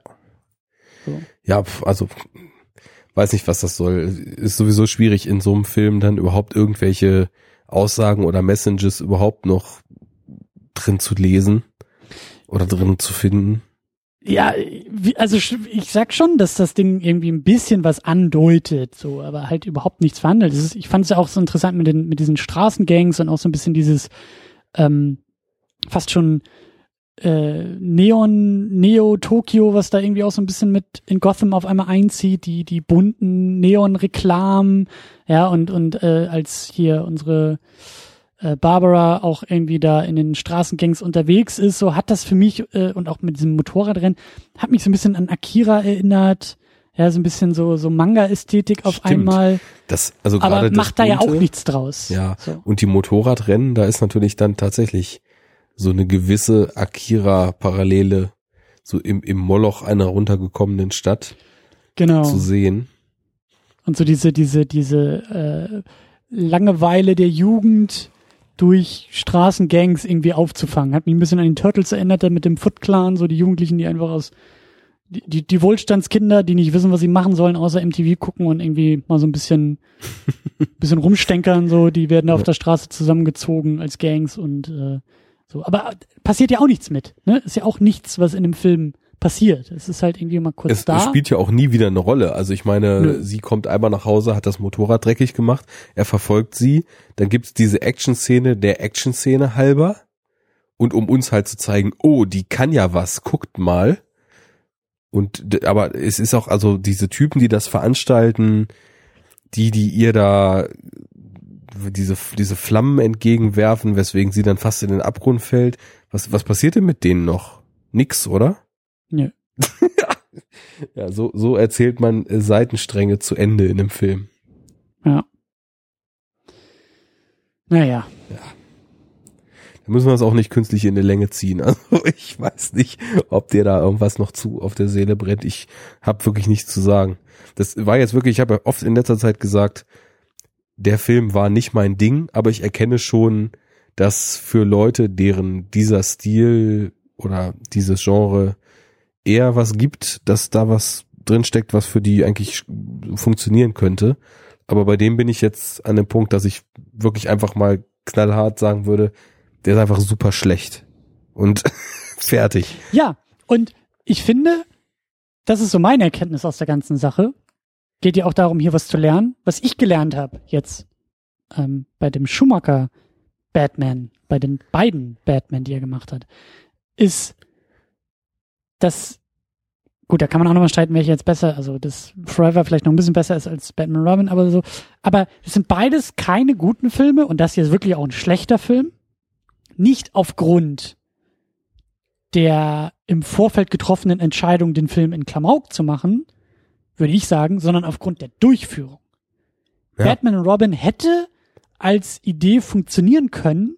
So. Ja, also weiß nicht, was das soll. Ist sowieso schwierig, in so einem Film dann überhaupt irgendwelche Aussagen oder Messages überhaupt noch drin zu lesen oder drin zu finden. Ja, also ich sag schon, dass das Ding irgendwie ein bisschen was andeutet, so, aber halt überhaupt nichts verhandelt. Das ist, ich fand es ja auch so interessant mit den mit diesen Straßengangs und auch so ein bisschen dieses ähm, fast schon äh, Neon, Neo-Tokio, was da irgendwie auch so ein bisschen mit in Gotham auf einmal einzieht, die die bunten Neon-Reklamen, ja, und und äh, als hier unsere äh, Barbara auch irgendwie da in den Straßengangs unterwegs ist, so hat das für mich, äh, und auch mit diesem Motorradrennen, hat mich so ein bisschen an Akira erinnert, ja, so ein bisschen so so Manga-Ästhetik auf Stimmt. einmal. Das, also aber gerade macht das da Bunte, ja auch nichts draus. Ja, so. Und die Motorradrennen, da ist natürlich dann tatsächlich so eine gewisse Akira-Parallele, so im, im Moloch einer runtergekommenen Stadt genau. zu sehen. Und so diese, diese, diese äh, Langeweile der Jugend durch Straßengangs irgendwie aufzufangen. Hat mich ein bisschen an den Turtles erinnert, mit dem Foot Clan, so die Jugendlichen, die einfach aus die, die, die Wohlstandskinder, die nicht wissen, was sie machen sollen, außer M T V gucken und irgendwie mal so ein bisschen bisschen rumstenkern, so, die werden da auf der Straße zusammengezogen als Gangs und äh, so, aber passiert ja auch nichts mit, ne? Ist ja auch nichts, was in dem Film passiert. Es ist halt irgendwie mal kurz es, da. Es spielt ja auch nie wieder eine Rolle. Also ich meine, Nö. sie kommt einmal nach Hause, hat das Motorrad dreckig gemacht, er verfolgt sie, dann gibt's diese Action-Szene der Action-Szene halber, und um uns halt zu zeigen, oh, die kann ja was, guckt mal. Und aber es ist auch, also diese Typen, die das veranstalten, die, die ihr da diese diese Flammen entgegenwerfen, weswegen sie dann fast in den Abgrund fällt. Was was passiert denn mit denen noch? Nix, oder? Nö. Ja, so so erzählt man Seitenstränge zu Ende in einem Film. Ja. Naja. Ja. Da müssen wir es auch nicht künstlich in die Länge ziehen. Also ich weiß nicht, ob dir da irgendwas noch zu auf der Seele brennt. Ich habe wirklich nichts zu sagen. Das war jetzt wirklich, ich habe ja oft in letzter Zeit gesagt, der Film war nicht mein Ding, aber ich erkenne schon, dass für Leute, deren dieser Stil oder dieses Genre eher was gibt, dass da was drinsteckt, was für die eigentlich funktionieren könnte. Aber bei dem bin ich jetzt an dem Punkt, dass ich wirklich einfach mal knallhart sagen würde, der ist einfach super schlecht. Und fertig. Ja, und ich finde, das ist so meine Erkenntnis aus der ganzen Sache. Geht ja auch darum, hier was zu lernen. Was ich gelernt habe jetzt ähm, bei dem Schumacher Batman, bei den beiden Batman, die er gemacht hat, ist, dass, gut, da kann man auch nochmal streiten, welcher jetzt besser, also das Forever vielleicht noch ein bisschen besser ist als Batman Robin, aber so, aber es sind beides keine guten Filme, und das hier ist wirklich auch ein schlechter Film. Nicht aufgrund der im Vorfeld getroffenen Entscheidung, den Film in Klamauk zu machen, würde ich sagen, sondern aufgrund der Durchführung. Ja. Batman und Robin hätte als Idee funktionieren können,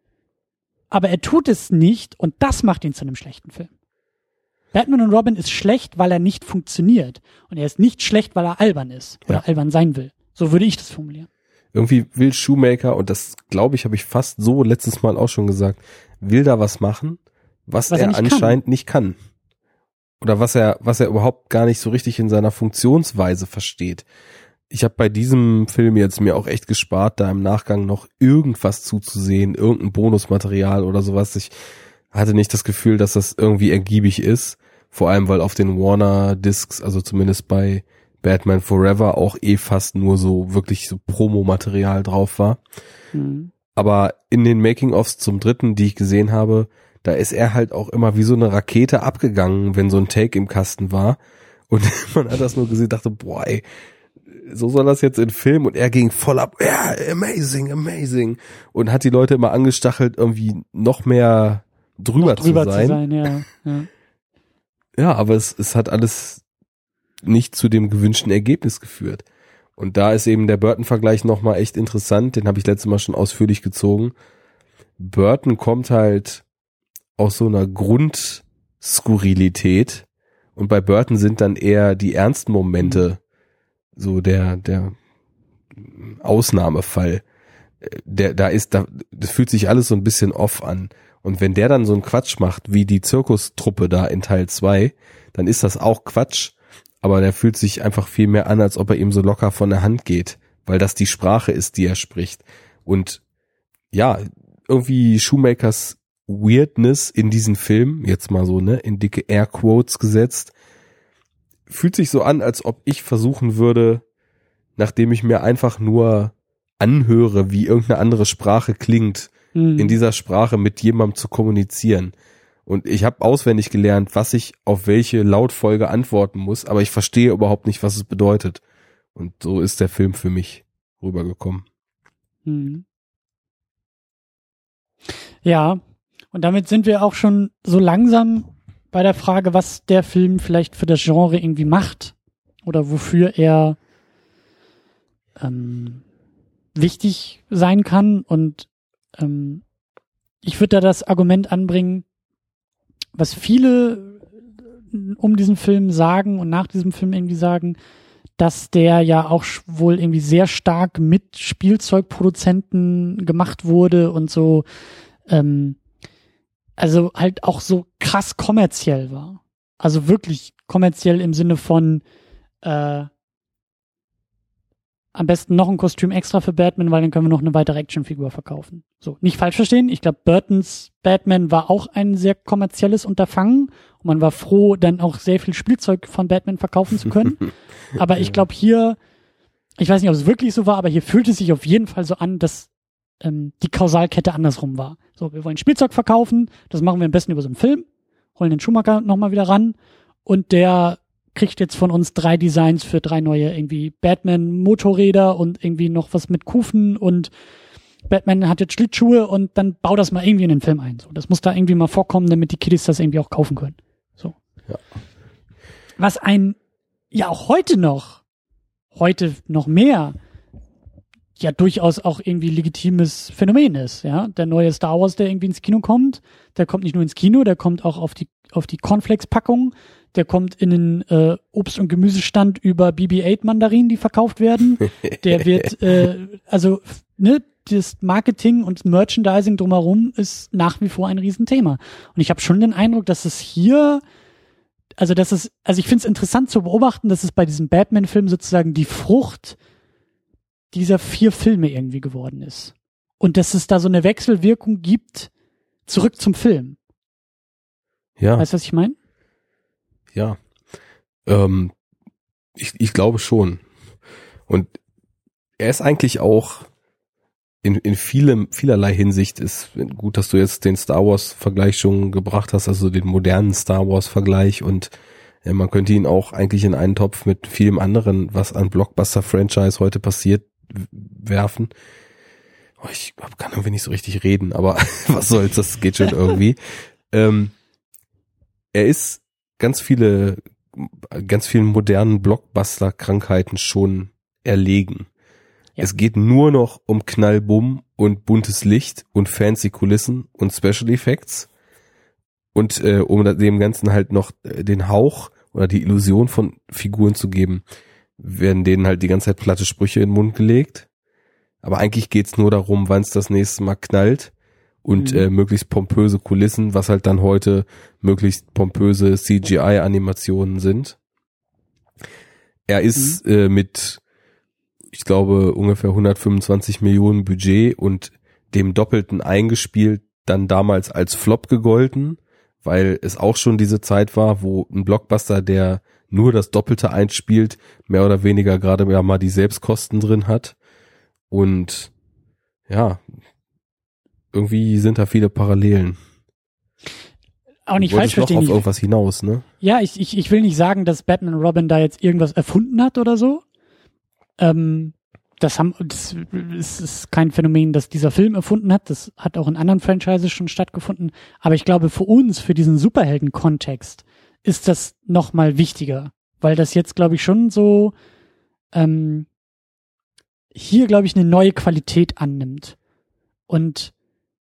aber er tut es nicht und das macht ihn zu einem schlechten Film. Batman und Robin ist schlecht, weil er nicht funktioniert und er ist nicht schlecht, weil er albern ist oder ja. albern sein will. So würde ich das formulieren. Irgendwie will Shoemaker, und das glaube ich, habe ich fast so letztes Mal auch schon gesagt, will da was machen, was, was er, er nicht anscheinend kann. nicht kann. Oder was er, was er überhaupt gar nicht so richtig in seiner Funktionsweise versteht. Ich habe bei diesem Film jetzt mir auch echt gespart, da im Nachgang noch irgendwas zuzusehen, irgendein Bonusmaterial oder sowas. Ich hatte nicht das Gefühl, dass das irgendwie ergiebig ist. Vor allem, weil auf den Warner-Discs, also zumindest bei Batman Forever, auch eh fast nur so wirklich so Promomaterial drauf war. Mhm. Aber in den Making-ofs zum dritten, die ich gesehen habe, da ist er halt auch immer wie so eine Rakete abgegangen, wenn so ein Take im Kasten war. Und man hat das nur gesehen, dachte, boah, ey, so soll das jetzt in Film, und er ging voll ab, ja, amazing, amazing, und hat die Leute immer angestachelt, irgendwie noch mehr drüber, noch drüber zu sein. Zu sein ja, ja. ja, aber es, es hat alles nicht zu dem gewünschten Ergebnis geführt. Und da ist eben der Burton-Vergleich nochmal echt interessant, den habe ich letztes Mal schon ausführlich gezogen. Burton kommt halt aus so einer Grundskurrilität, und bei Burton sind dann eher die ernsten Momente so der der Ausnahmefall. Der da ist da das fühlt sich alles so ein bisschen off an, und wenn der dann so einen Quatsch macht wie die Zirkustruppe da in Teil zwei, dann ist das auch Quatsch, aber der fühlt sich einfach viel mehr an, als ob er ihm so locker von der Hand geht, weil das die Sprache ist, die er spricht. Und ja, irgendwie Shoemakers Weirdness in diesen Film, jetzt mal so, ne, in dicke Airquotes gesetzt, fühlt sich so an, als ob ich versuchen würde, nachdem ich mir einfach nur anhöre, wie irgendeine andere Sprache klingt, mhm. in dieser Sprache mit jemandem zu kommunizieren. Und ich habe auswendig gelernt, was ich auf welche Lautfolge antworten muss, aber ich verstehe überhaupt nicht, was es bedeutet. Und so ist der Film für mich rübergekommen. Mhm. Ja, und damit sind wir auch schon so langsam bei der Frage, was der Film vielleicht für das Genre irgendwie macht oder wofür er ähm, wichtig sein kann. Und ähm, ich würde da das Argument anbringen, was viele um diesen Film sagen und nach diesem Film irgendwie sagen, dass der ja auch wohl irgendwie sehr stark mit Spielzeugproduzenten gemacht wurde und so, ähm, also halt auch so krass kommerziell war. Also wirklich kommerziell im Sinne von äh, am besten noch ein Kostüm extra für Batman, weil dann können wir noch eine weitere Actionfigur verkaufen. So, nicht falsch verstehen. Ich glaube, Burtons Batman war auch ein sehr kommerzielles Unterfangen und man war froh, dann auch sehr viel Spielzeug von Batman verkaufen zu können. Aber ich glaube hier, ich weiß nicht, ob es wirklich so war, aber hier fühlt es sich auf jeden Fall so an, dass ähm, die Kausalkette andersrum war. So, wir wollen Spielzeug verkaufen, das machen wir am besten über so einen Film, holen den Schumacher nochmal wieder ran und der kriegt jetzt von uns drei Designs für drei neue irgendwie Batman-Motorräder und irgendwie noch was mit Kufen und Batman hat jetzt Schlittschuhe und dann bau das mal irgendwie in den Film ein. So, das muss da irgendwie mal vorkommen, damit die Kiddies das irgendwie auch kaufen können. So. Ja. Was ein, ja auch heute noch, heute noch mehr, ja durchaus auch irgendwie legitimes Phänomen ist, ja. Der neue Star Wars, der irgendwie ins Kino kommt, der kommt nicht nur ins Kino, der kommt auch auf die, auf die Cornflakes-Packung, der kommt in den äh, Obst- und Gemüsestand über B B acht Mandarinen, die verkauft werden. Der wird, äh, also, ne, das Marketing und Merchandising drumherum ist nach wie vor ein Riesenthema. Und ich habe schon den Eindruck, dass es hier, also dass es, also ich finde es interessant zu beobachten, dass es bei diesem Batman-Film sozusagen die Frucht dieser vier Filme irgendwie geworden ist. Und dass es da so eine Wechselwirkung gibt, zurück zum Film. Ja. Weißt du, was ich meine? Ja, ähm, ich, ich glaube schon. Und er ist eigentlich auch in, in vielem, vielerlei Hinsicht ist gut, dass du jetzt den Star Wars Vergleich schon gebracht hast, also den modernen Star Wars Vergleich, und äh, man könnte ihn auch eigentlich in einen Topf mit vielem anderen, was an Blockbuster Franchise heute passiert, werfen. Oh, ich kann irgendwie nicht so richtig reden, aber was soll's, das geht schon irgendwie. ähm, er ist ganz viele, ganz vielen modernen Blockbuster-Krankheiten schon erlegen. Ja. Es geht nur noch um Knallbumm und buntes Licht und fancy Kulissen und Special Effects und äh, um dem Ganzen halt noch den Hauch oder die Illusion von Figuren zu geben, werden denen halt die ganze Zeit platte Sprüche in den Mund gelegt. Aber eigentlich geht's nur darum, wann es das nächste Mal knallt und mhm. äh, möglichst pompöse Kulissen, was halt dann heute möglichst pompöse C G I-Animationen sind. Er ist mhm. äh, mit, ich glaube, ungefähr hundertfünfundzwanzig Millionen Budget und dem Doppelten eingespielt, dann damals als Flop gegolten, weil es auch schon diese Zeit war, wo ein Blockbuster, der nur das Doppelte einspielt, mehr oder weniger gerade mal die Selbstkosten drin hat. Und ja, irgendwie sind da viele Parallelen. Auch nicht falsch verstehen. Noch auf irgendwas hinaus, ne? Ja, ich, ich, ich will nicht sagen, dass Batman und Robin da jetzt irgendwas erfunden hat oder so. Ähm, das haben, das ist, ist kein Phänomen, das dieser Film erfunden hat. Das hat auch in anderen Franchises schon stattgefunden. Aber ich glaube, für uns, für diesen Superhelden-Kontext, ist das noch mal wichtiger. Weil das jetzt, glaube ich, schon so, ähm, hier, glaube ich, eine neue Qualität annimmt. Und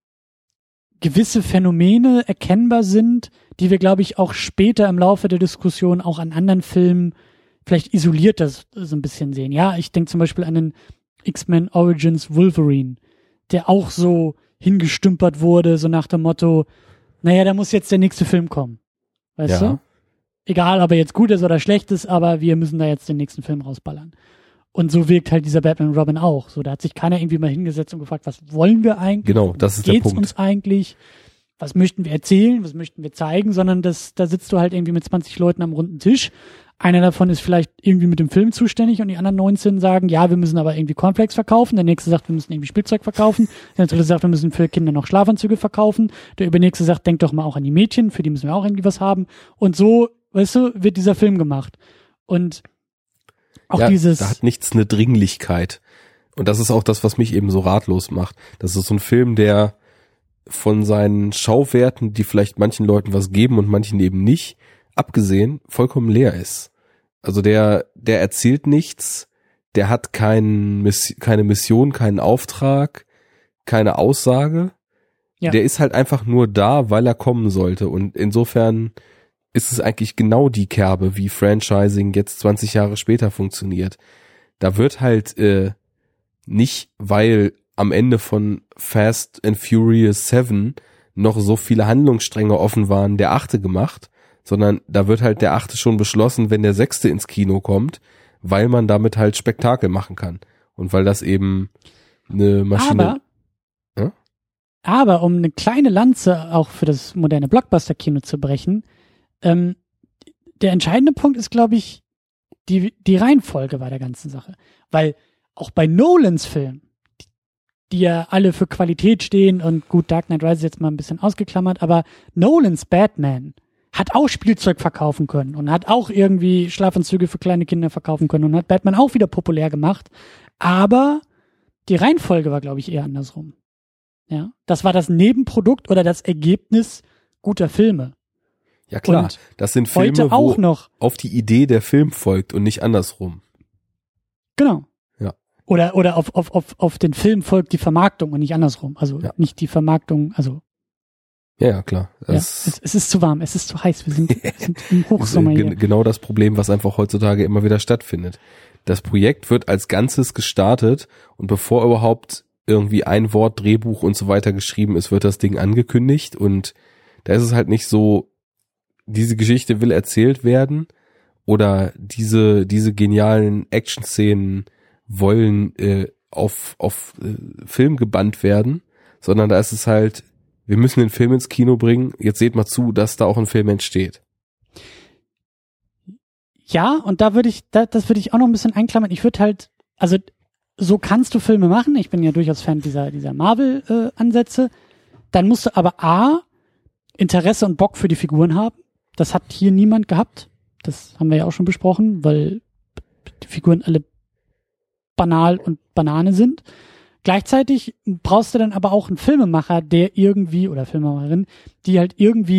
gewisse Phänomene erkennbar sind, die wir, glaube ich, auch später im Laufe der Diskussion auch an anderen Filmen vielleicht isoliert das so ein bisschen sehen. Ja, ich denke zum Beispiel an den X-Men Origins Wolverine, der auch so hingestümpert wurde, so nach dem Motto, naja, da muss jetzt der nächste Film kommen. Weißt ja. du? Egal, ob er jetzt gut ist oder schlecht ist, aber wir müssen da jetzt den nächsten Film rausballern. Und so wirkt halt dieser Batman und Robin auch. So, da hat sich keiner irgendwie mal hingesetzt und gefragt, was wollen wir eigentlich? Genau, das ist der Punkt. Geht's uns eigentlich? Was möchten wir erzählen? Was möchten wir zeigen? Sondern das, da sitzt du halt irgendwie mit zwanzig Leuten am runden Tisch. Einer davon ist vielleicht irgendwie mit dem Film zuständig und die anderen neunzehn sagen, ja, wir müssen aber irgendwie Cornflakes verkaufen. Der nächste sagt, wir müssen irgendwie Spielzeug verkaufen. Der dritte sagt, wir müssen für Kinder noch Schlafanzüge verkaufen. Der übernächste sagt, denk doch mal auch an die Mädchen, für die müssen wir auch irgendwie was haben. Und so, weißt du, wird dieser Film gemacht. Und auch ja, dieses. Da hat nichts eine Dringlichkeit. Und das ist auch das, was mich eben so ratlos macht. Das ist so ein Film, der von seinen Schauwerten, die vielleicht manchen Leuten was geben und manchen eben nicht, abgesehen, vollkommen leer ist. Also der, der erzählt nichts, der hat kein, keine Mission, keinen Auftrag, keine Aussage. Ja. Der ist halt einfach nur da, weil er kommen sollte. Und insofern ist es eigentlich genau die Kerbe, wie Franchising jetzt zwanzig Jahre später funktioniert. Da wird halt äh, nicht, weil am Ende von Fast and Furious sieben noch so viele Handlungsstränge offen waren, der achte gemacht, sondern da wird halt der achte schon beschlossen, wenn der sechste ins Kino kommt, weil man damit halt Spektakel machen kann. Und weil das eben eine Maschine... Aber, ja? aber um eine kleine Lanze auch für das moderne Blockbuster-Kino zu brechen, Ähm, der entscheidende Punkt ist, glaube ich, die, die Reihenfolge bei der ganzen Sache. Weil auch bei Nolans Film, die, die ja alle für Qualität stehen und gut, Dark Knight Rises jetzt mal ein bisschen ausgeklammert, aber Nolans Batman hat auch Spielzeug verkaufen können und hat auch irgendwie Schlafanzüge für kleine Kinder verkaufen können und hat Batman auch wieder populär gemacht. Aber die Reihenfolge war, glaube ich, eher andersrum. Ja, das war das Nebenprodukt oder das Ergebnis guter Filme. Ja klar, und das sind Filme, auch wo noch auf die Idee der Film folgt und nicht andersrum. Genau. Ja. Oder oder auf auf auf auf den Film folgt die Vermarktung und nicht andersrum. Also ja. nicht die Vermarktung, also ja, ja klar. Ja, es, es ist zu warm, es ist zu heiß, wir sind, wir sind im Hochsommer hier. Genau das Problem, was einfach heutzutage immer wieder stattfindet. Das Projekt wird als Ganzes gestartet und bevor überhaupt irgendwie ein Wort, Drehbuch und so weiter geschrieben ist, wird das Ding angekündigt und da ist es halt nicht so, diese Geschichte will erzählt werden oder diese diese genialen Action-Szenen wollen äh, auf auf äh, Film gebannt werden, sondern da ist es halt, wir müssen den Film ins Kino bringen, jetzt seht mal zu, dass da auch ein Film entsteht. Ja, und da würde ich, da, das würde ich auch noch ein bisschen einklammern. Ich würde halt, also so kannst du Filme machen, ich bin ja durchaus Fan dieser dieser Marvel-Ansätze, äh, dann musst du aber A, Interesse und Bock für die Figuren haben. Das hat hier niemand gehabt. Das haben wir ja auch schon besprochen, weil die Figuren alle banal und Banane sind. Gleichzeitig brauchst du dann aber auch einen Filmemacher, der irgendwie, oder Filmemacherin, die halt irgendwie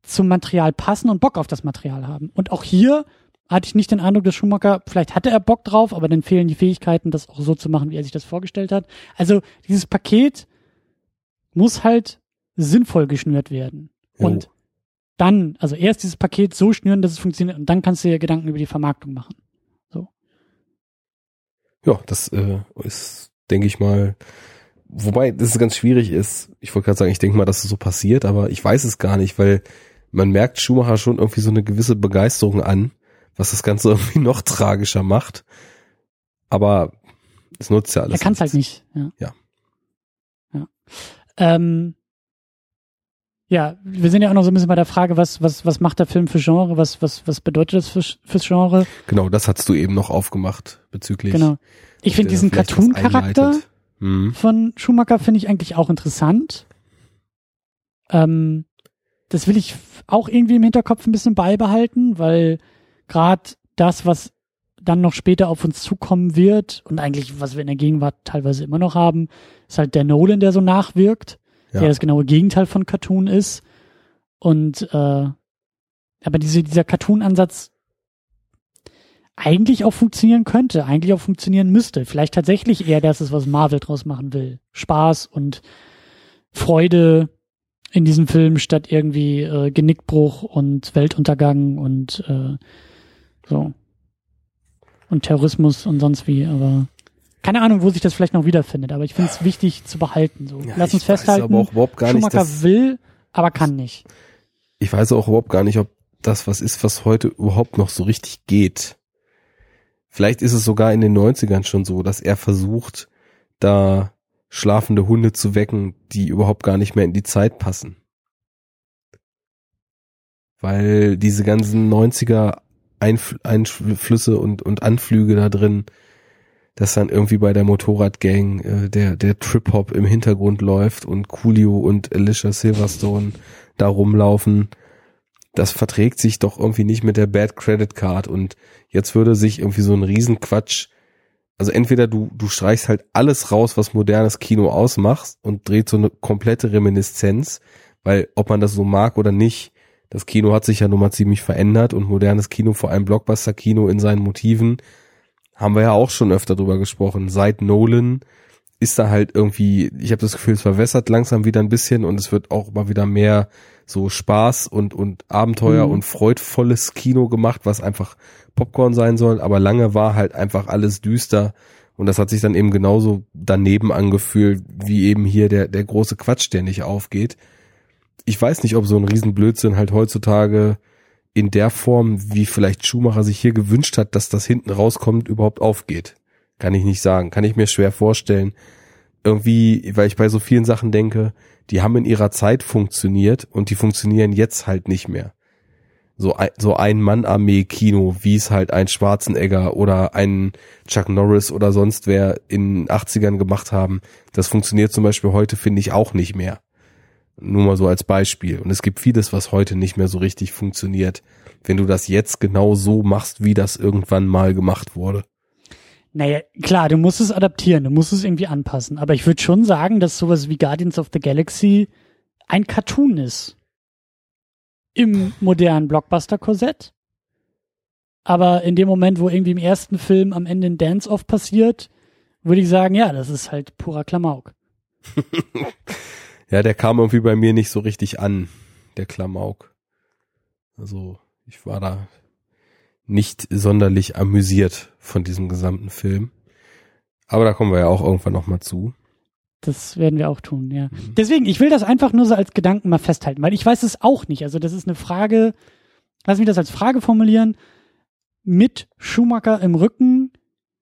zum Material passen und Bock auf das Material haben. Und auch hier hatte ich nicht den Eindruck, dass Schumacher, vielleicht hatte er Bock drauf, aber dann fehlen die Fähigkeiten, das auch so zu machen, wie er sich das vorgestellt hat. Also dieses Paket muss halt sinnvoll geschnürt werden. Jo. Und dann, also erst dieses Paket so schnüren, dass es funktioniert und dann kannst du dir Gedanken über die Vermarktung machen. So. Ja, das äh, ist, denke ich mal, wobei das ganz schwierig ist. Ich wollte gerade sagen, ich denke mal, dass es so passiert, aber ich weiß es gar nicht, weil man merkt Schumacher schon irgendwie so eine gewisse Begeisterung an, was das Ganze irgendwie noch tragischer macht. Aber es nutzt ja alles. Er kann es halt nicht. Ja. Ja. Ja. Ähm, ja, wir sind ja auch noch so ein bisschen bei der Frage, was was was macht der Film für Genre? Was was was bedeutet das für, fürs Genre? Genau, das hast du eben noch aufgemacht bezüglich. Genau. Ich finde diesen Cartoon-Charakter hm. von Schumacher finde ich eigentlich auch interessant. Ähm, das will ich auch irgendwie im Hinterkopf ein bisschen beibehalten, weil gerade das, was dann noch später auf uns zukommen wird und eigentlich, was wir in der Gegenwart teilweise immer noch haben, ist halt der Nolan, der so nachwirkt, ja. der das genaue Gegenteil von Cartoon ist. Und äh, aber diese, dieser Cartoon-Ansatz eigentlich auch funktionieren könnte, eigentlich auch funktionieren müsste. Vielleicht tatsächlich eher das ist, was Marvel draus machen will. Spaß und Freude in diesem Film statt irgendwie äh, Genickbruch und Weltuntergang und äh, so. Und Terrorismus und sonst wie, aber keine Ahnung, wo sich das vielleicht noch wiederfindet, aber ich finde es wichtig zu behalten. So. Ja, Lass uns ich festhalten, weiß aber auch überhaupt gar Schumacher nicht, dass, will, aber kann nicht. Ich weiß auch überhaupt gar nicht, ob das was ist, was heute überhaupt noch so richtig geht. Vielleicht ist es sogar in den neunzigern schon so, dass er versucht, da schlafende Hunde zu wecken, die überhaupt gar nicht mehr in die Zeit passen. Weil diese ganzen neunziger Einfl- Einflüsse und, und Anflüge da drin, dass dann irgendwie bei der Motorradgang äh, der, der Trip-Hop im Hintergrund läuft und Coolio und Alicia Silverstone da rumlaufen, das verträgt sich doch irgendwie nicht mit der Bad Credit Card und jetzt würde sich irgendwie so ein Riesenquatsch, also entweder du, du streichst halt alles raus, was modernes Kino ausmacht und dreht so eine komplette Reminiszenz, weil ob man das so mag oder nicht, das Kino hat sich ja nun mal ziemlich verändert und modernes Kino, vor allem Blockbuster-Kino in seinen Motiven, haben wir ja auch schon öfter drüber gesprochen. Seit Nolan ist da halt irgendwie, ich habe das Gefühl, es verwässert langsam wieder ein bisschen und es wird auch mal wieder mehr so Spaß und und Abenteuer mhm. und freudvolles Kino gemacht, was einfach Popcorn sein soll, aber lange war halt einfach alles düster und das hat sich dann eben genauso daneben angefühlt, wie eben hier der der große Quatsch, der nicht aufgeht. Ich weiß nicht, ob so ein Riesenblödsinn halt heutzutage in der Form, wie vielleicht Schumacher sich hier gewünscht hat, dass das hinten rauskommt, überhaupt aufgeht. Kann ich nicht sagen. Kann ich mir schwer vorstellen. Irgendwie, weil ich bei so vielen Sachen denke, die haben in ihrer Zeit funktioniert und die funktionieren jetzt halt nicht mehr. So ein, so ein Mann-Armee-Kino, wie es halt ein Schwarzenegger oder ein Chuck Norris oder sonst wer in den achtzigern gemacht haben, das funktioniert zum Beispiel heute, finde ich, auch nicht mehr. Nur mal so als Beispiel. Und es gibt vieles, was heute nicht mehr so richtig funktioniert, wenn du das jetzt genau so machst, wie das irgendwann mal gemacht wurde. Naja, klar, du musst es adaptieren, du musst es irgendwie anpassen. Aber ich würde schon sagen, dass sowas wie Guardians of the Galaxy ein Cartoon ist. Im modernen Blockbuster-Korsett. Aber in dem Moment, wo irgendwie im ersten Film am Ende ein Dance-Off passiert, würde ich sagen, ja, das ist halt purer Klamauk. Ja, der kam irgendwie bei mir nicht so richtig an, der Klamauk. Also ich war da nicht sonderlich amüsiert von diesem gesamten Film. Aber da kommen wir ja auch irgendwann nochmal zu. Das werden wir auch tun, ja. Mhm. Deswegen, ich will das einfach nur so als Gedanken mal festhalten, weil ich weiß es auch nicht. Also das ist eine Frage, lass mich das als Frage formulieren. Mit Schumacher im Rücken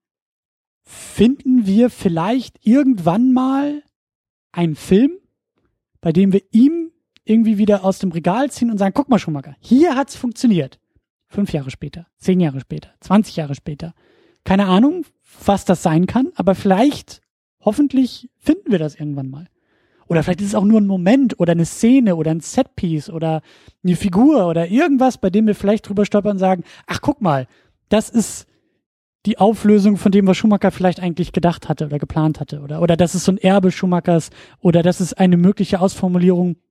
finden wir vielleicht irgendwann mal einen Film, bei dem wir ihm irgendwie wieder aus dem Regal ziehen und sagen, guck mal Schumacher, hier hat's funktioniert. Fünf Jahre später, zehn Jahre später, zwanzig Jahre später. Keine Ahnung, was das sein kann, aber vielleicht, hoffentlich finden wir das irgendwann mal. Oder vielleicht ist es auch nur ein Moment oder eine Szene oder ein Setpiece oder eine Figur oder irgendwas, bei dem wir vielleicht drüber stolpern und sagen, ach guck mal, das ist die Auflösung von dem, was Schumacher vielleicht eigentlich gedacht hatte oder geplant hatte. Oder, oder das ist so ein Erbe Schumachers oder das ist eine mögliche Ausformulierung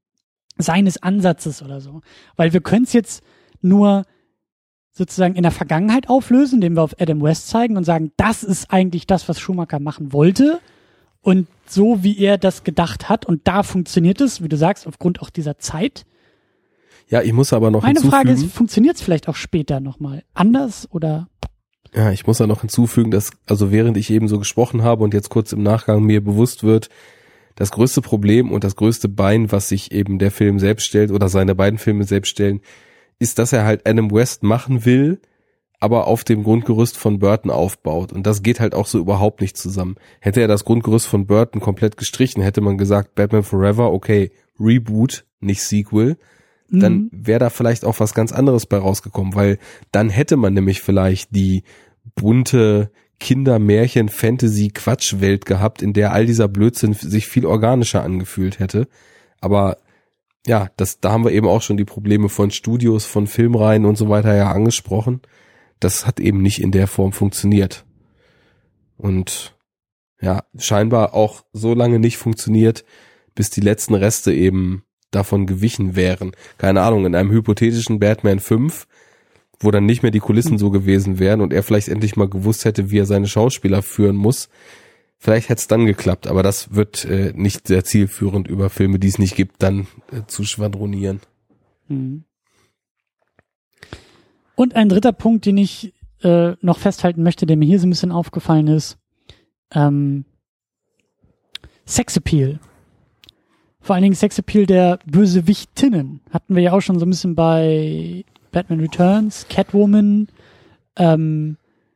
seines Ansatzes oder so. Weil wir können es jetzt nur sozusagen in der Vergangenheit auflösen, indem wir auf Adam West zeigen und sagen, das ist eigentlich das, was Schumacher machen wollte und so, wie er das gedacht hat und da funktioniert es, wie du sagst, aufgrund auch dieser Zeit. Ja, ich muss aber noch Meine hinzufügen. Frage ist, funktioniert es vielleicht auch später nochmal anders oder? Ja, ich muss da noch hinzufügen, dass, also während ich eben so gesprochen habe und jetzt kurz im Nachgang mir bewusst wird, das größte Problem und das größte Bein, was sich eben der Film selbst stellt oder seine beiden Filme selbst stellen, ist, dass er halt Adam West machen will, aber auf dem Grundgerüst von Burton aufbaut. Und das geht halt auch so überhaupt nicht zusammen. Hätte er das Grundgerüst von Burton komplett gestrichen, hätte man gesagt, Batman Forever, okay, Reboot, nicht Sequel, mhm. dann wäre da vielleicht auch was ganz anderes bei rausgekommen, weil dann hätte man nämlich vielleicht die bunte Kindermärchen, Fantasy, Quatschwelt gehabt, in der all dieser Blödsinn sich viel organischer angefühlt hätte. Aber ja, das, da haben wir eben auch schon die Probleme von Studios, von Filmreihen und so weiter ja angesprochen. Das hat eben nicht in der Form funktioniert. Und ja, scheinbar auch so lange nicht funktioniert, bis die letzten Reste eben davon gewichen wären. Keine Ahnung, in einem hypothetischen Batman fünf, wo dann nicht mehr die Kulissen so gewesen wären und er vielleicht endlich mal gewusst hätte, wie er seine Schauspieler führen muss, vielleicht hätte es dann geklappt, aber das wird äh, nicht sehr zielführend, über Filme, die es nicht gibt, dann äh, zu schwadronieren. Mhm. Und ein dritter Punkt, den ich äh, noch festhalten möchte, der mir hier so ein bisschen aufgefallen ist, ähm, Sexappeal. Vor allen Dingen Sexappeal der Bösewichtinnen. Hatten wir ja auch schon so ein bisschen bei Batman Returns, Catwoman, ähm,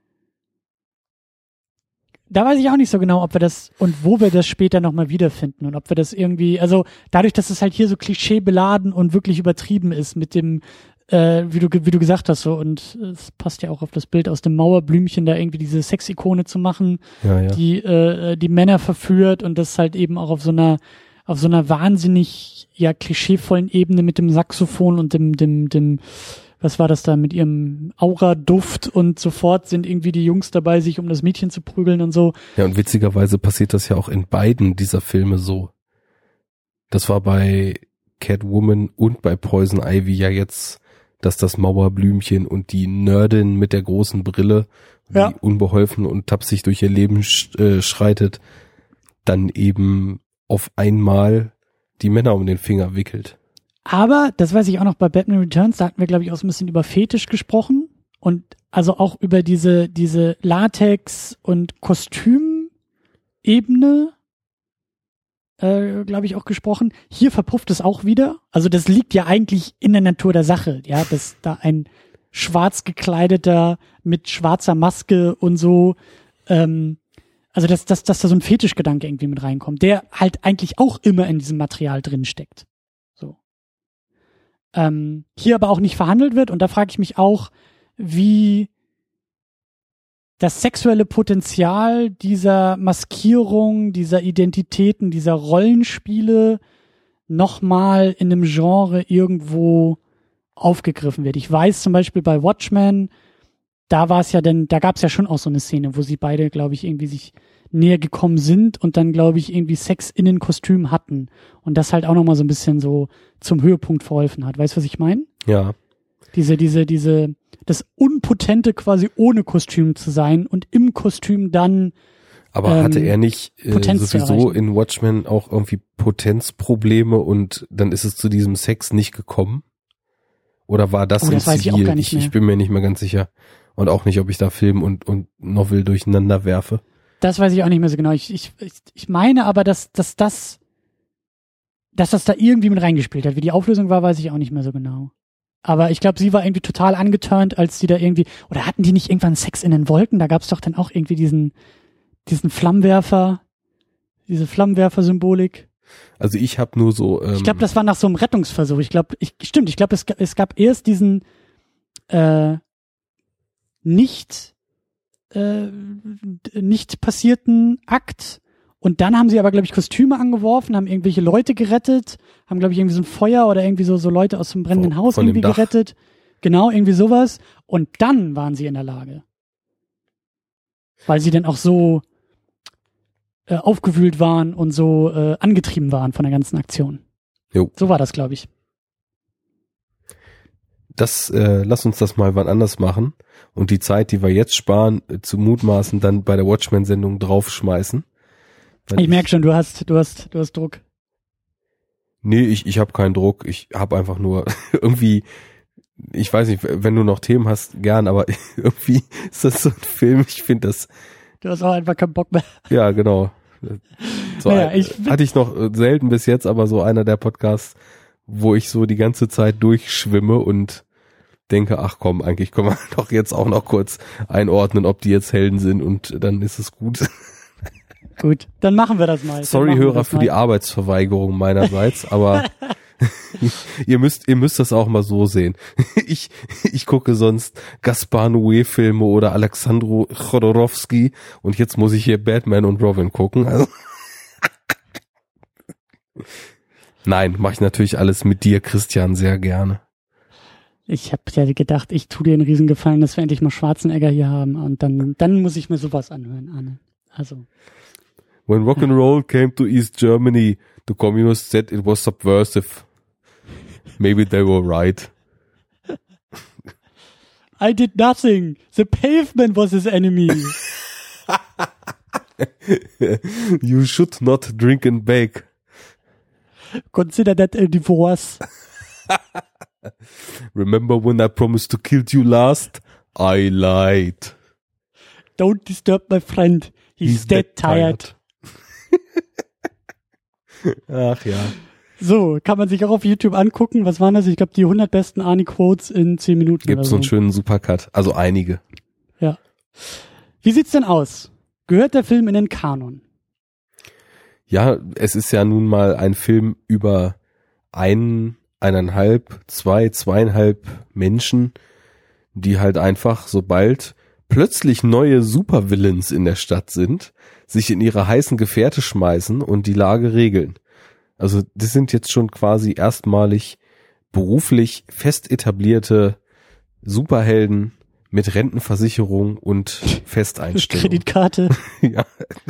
da weiß ich auch nicht so genau, ob wir das und wo wir das später nochmal wiederfinden und ob wir das irgendwie, also dadurch, dass es halt hier so klischeebeladen und wirklich übertrieben ist mit dem, äh, wie du wie du gesagt hast, so, und es passt ja auch auf das Bild aus dem Mauerblümchen, da irgendwie diese Sexikone zu machen, ja, ja. die äh, die Männer verführt und das halt eben auch auf so einer auf so einer wahnsinnig ja klischeevollen Ebene mit dem Saxophon und dem dem dem was war das da mit ihrem Aura-Duft und sofort sind irgendwie die Jungs dabei, sich um das Mädchen zu prügeln und so. Ja, und witzigerweise passiert das ja auch in beiden dieser Filme so. Das war bei Catwoman und bei Poison Ivy ja jetzt, dass das Mauerblümchen und die Nerdin mit der großen Brille, ja. die unbeholfen und tapsig durch ihr Leben sch- äh, schreitet, dann eben auf einmal die Männer um den Finger wickelt. Aber, das weiß ich auch noch bei Batman Returns, da hatten wir, glaube ich, auch so ein bisschen über Fetisch gesprochen und also auch über diese diese Latex- und Kostümebene, äh, glaube ich, auch gesprochen. Hier verpufft es auch wieder. Also das liegt ja eigentlich in der Natur der Sache, ja, dass da ein schwarz gekleideter mit schwarzer Maske und so, ähm, also dass, dass, dass da so ein Fetischgedanke irgendwie mit reinkommt, der halt eigentlich auch immer in diesem Material drin steckt. Ähm, hier aber auch nicht verhandelt wird und da frage ich mich auch, wie das sexuelle Potenzial dieser Maskierung, dieser Identitäten, dieser Rollenspiele nochmal in einem Genre irgendwo aufgegriffen wird. Ich weiß zum Beispiel bei Watchmen, da war es ja denn, da gab es ja schon auch so eine Szene, wo sie beide, glaube ich, irgendwie sich näher gekommen sind und dann, glaube ich, irgendwie Sex in den Kostümen hatten. Und das halt auch nochmal so ein bisschen so zum Höhepunkt verholfen hat. Weißt du, was ich meine? Ja. Diese, diese, diese, das Unpotente quasi ohne Kostüm zu sein und im Kostüm dann Aber ähm, hatte er nicht äh, sowieso in Watchmen auch irgendwie Potenzprobleme und dann ist es zu diesem Sex nicht gekommen? Oder war das oh, das in weiß Zivil? Ich, auch gar nicht ich, ich bin mir nicht mehr ganz sicher. Und auch nicht, ob ich da Film und, und Novel durcheinander werfe. Das weiß ich auch nicht mehr so genau. Ich, ich, ich meine aber, dass, dass das, dass das da irgendwie mit reingespielt hat. Wie die Auflösung war, weiß ich auch nicht mehr so genau. Aber ich glaube, sie war irgendwie total angeturnt, als die da irgendwie, oder hatten die nicht irgendwann Sex in den Wolken? Da gab es doch dann auch irgendwie diesen, diesen Flammenwerfer, diese Flammenwerfer-Symbolik. Also ich habe nur so. Ähm, ich glaube, das war nach so einem Rettungsversuch. Ich glaube, ich, stimmt. Ich glaube, es, es gab erst diesen äh, nicht äh, nicht passierten Akt. Und dann haben sie aber, glaube ich, Kostüme angeworfen, haben irgendwelche Leute gerettet, haben, glaube ich, irgendwie so ein Feuer oder irgendwie so, so Leute aus dem brennenden von, Haus von irgendwie gerettet. Genau, irgendwie sowas. Und dann waren sie in der Lage. Weil sie dann auch so äh, aufgewühlt waren und so äh, angetrieben waren von der ganzen Aktion. Jo. So war das, glaube ich. Das, äh, lass uns das mal wann anders machen und die Zeit, die wir jetzt sparen, äh, zu mutmaßen, dann bei der Watchmen-Sendung draufschmeißen. Ich, ich merke schon, du hast, du hast, du hast Druck. Nee, ich, ich habe keinen Druck. Ich habe einfach nur irgendwie, ich weiß nicht, wenn du noch Themen hast, gern, aber irgendwie ist das so ein Film, ich finde das. Du hast auch einfach keinen Bock mehr. Ja, genau. So naja, ein, ich, hatte ich noch selten bis jetzt, aber so einer der Podcasts, wo ich so die ganze Zeit durchschwimme und denke, ach komm, eigentlich können wir doch jetzt auch noch kurz einordnen, ob die jetzt Helden sind und dann ist es gut. Gut, dann machen wir das mal. Sorry, Hörer, für mal. Die Arbeitsverweigerung meinerseits, aber ihr müsst, ihr müsst das auch mal so sehen. Ich, ich gucke sonst Gaspar Noé-Filme oder Alexandro Chodorowski und jetzt muss ich hier Batman und Robin gucken. Also nein, mache ich natürlich alles mit dir, Christian, sehr gerne. Ich habe ja gedacht, ich tue dir einen Riesengefallen, dass wir endlich mal Schwarzenegger hier haben und dann, dann muss ich mir sowas anhören, Arne. Also. When rock and roll came to East Germany, the communists said it was subversive. Maybe they were right. I did nothing. The pavement was his enemy. You should not drink and bake. Consider that a divorce. Remember when I promised to kill you last? I lied. Don't disturb my friend. He's, He's dead, dead tired. tired. Ach ja. So, kann man sich auch auf YouTube angucken. Was waren das? Ich glaube, die hundert besten Arnie-Quotes in zehn Minuten. Gibt so einen schönen Supercut. Also einige. Ja. Wie sieht's denn aus? Gehört der Film in den Kanon? Ja, es ist ja nun mal ein Film über ein, eineinhalb, zwei, zweieinhalb Menschen, die halt einfach, sobald plötzlich neue Supervillains in der Stadt sind, sich in ihre heißen Gefährte schmeißen und die Lage regeln. Also das sind jetzt schon quasi erstmalig beruflich fest etablierte Superhelden mit Rentenversicherung und Festeinstellung. Kreditkarte. Ja.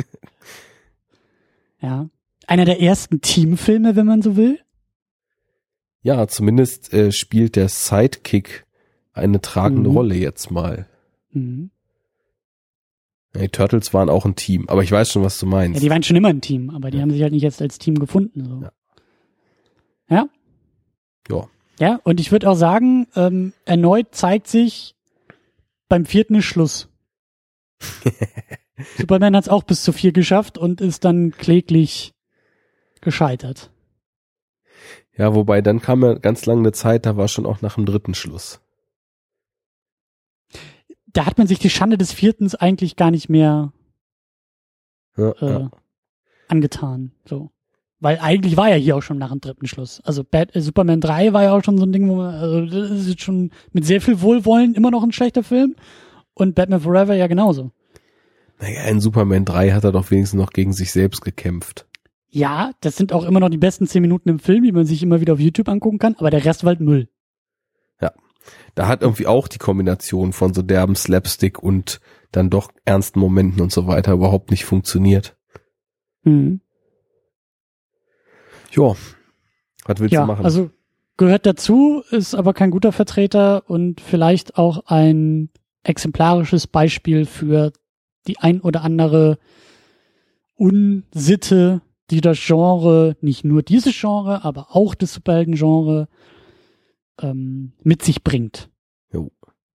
Ja. Einer der ersten Teamfilme, wenn man so will. Ja, zumindest äh, spielt der Sidekick eine tragende mhm. Rolle jetzt mal. Mhm. Die Turtles waren auch ein Team, aber ich weiß schon, was du meinst. Ja, die waren schon immer ein Team, aber die ja. haben sich halt nicht jetzt als Team gefunden. So. Ja. Ja. Ja. Ja, und ich würde auch sagen, ähm, erneut zeigt sich, beim vierten ist Schluss. Superman hat es auch bis zu vier geschafft und ist dann kläglich gescheitert. Ja, wobei dann kam ja ganz lange eine Zeit, da war schon auch nach dem dritten Schluss. Da hat man sich die Schande des Viertens eigentlich gar nicht mehr ja, äh, ja. angetan. So. Weil eigentlich war ja hier auch schon nach dem dritten Schluss. Also Bad, äh, Superman drei war ja auch schon so ein Ding, wo man, also das ist jetzt schon mit sehr viel Wohlwollen immer noch ein schlechter Film. Und Batman Forever ja genauso. Naja, in Superman drei hat er doch wenigstens noch gegen sich selbst gekämpft. Ja, das sind auch immer noch die besten zehn Minuten im Film, die man sich immer wieder auf YouTube angucken kann, aber der Rest war halt Müll. Ja, da hat irgendwie auch die Kombination von so derben Slapstick und dann doch ernsten Momenten und so weiter überhaupt nicht funktioniert. Mhm. Jo, was willst ja, du machen? Also gehört dazu, ist aber kein guter Vertreter und vielleicht auch ein exemplarisches Beispiel für die ein oder andere Unsitte, die das Genre, nicht nur dieses Genre, aber auch das Superhelden-Genre ähm, mit sich bringt. Jo.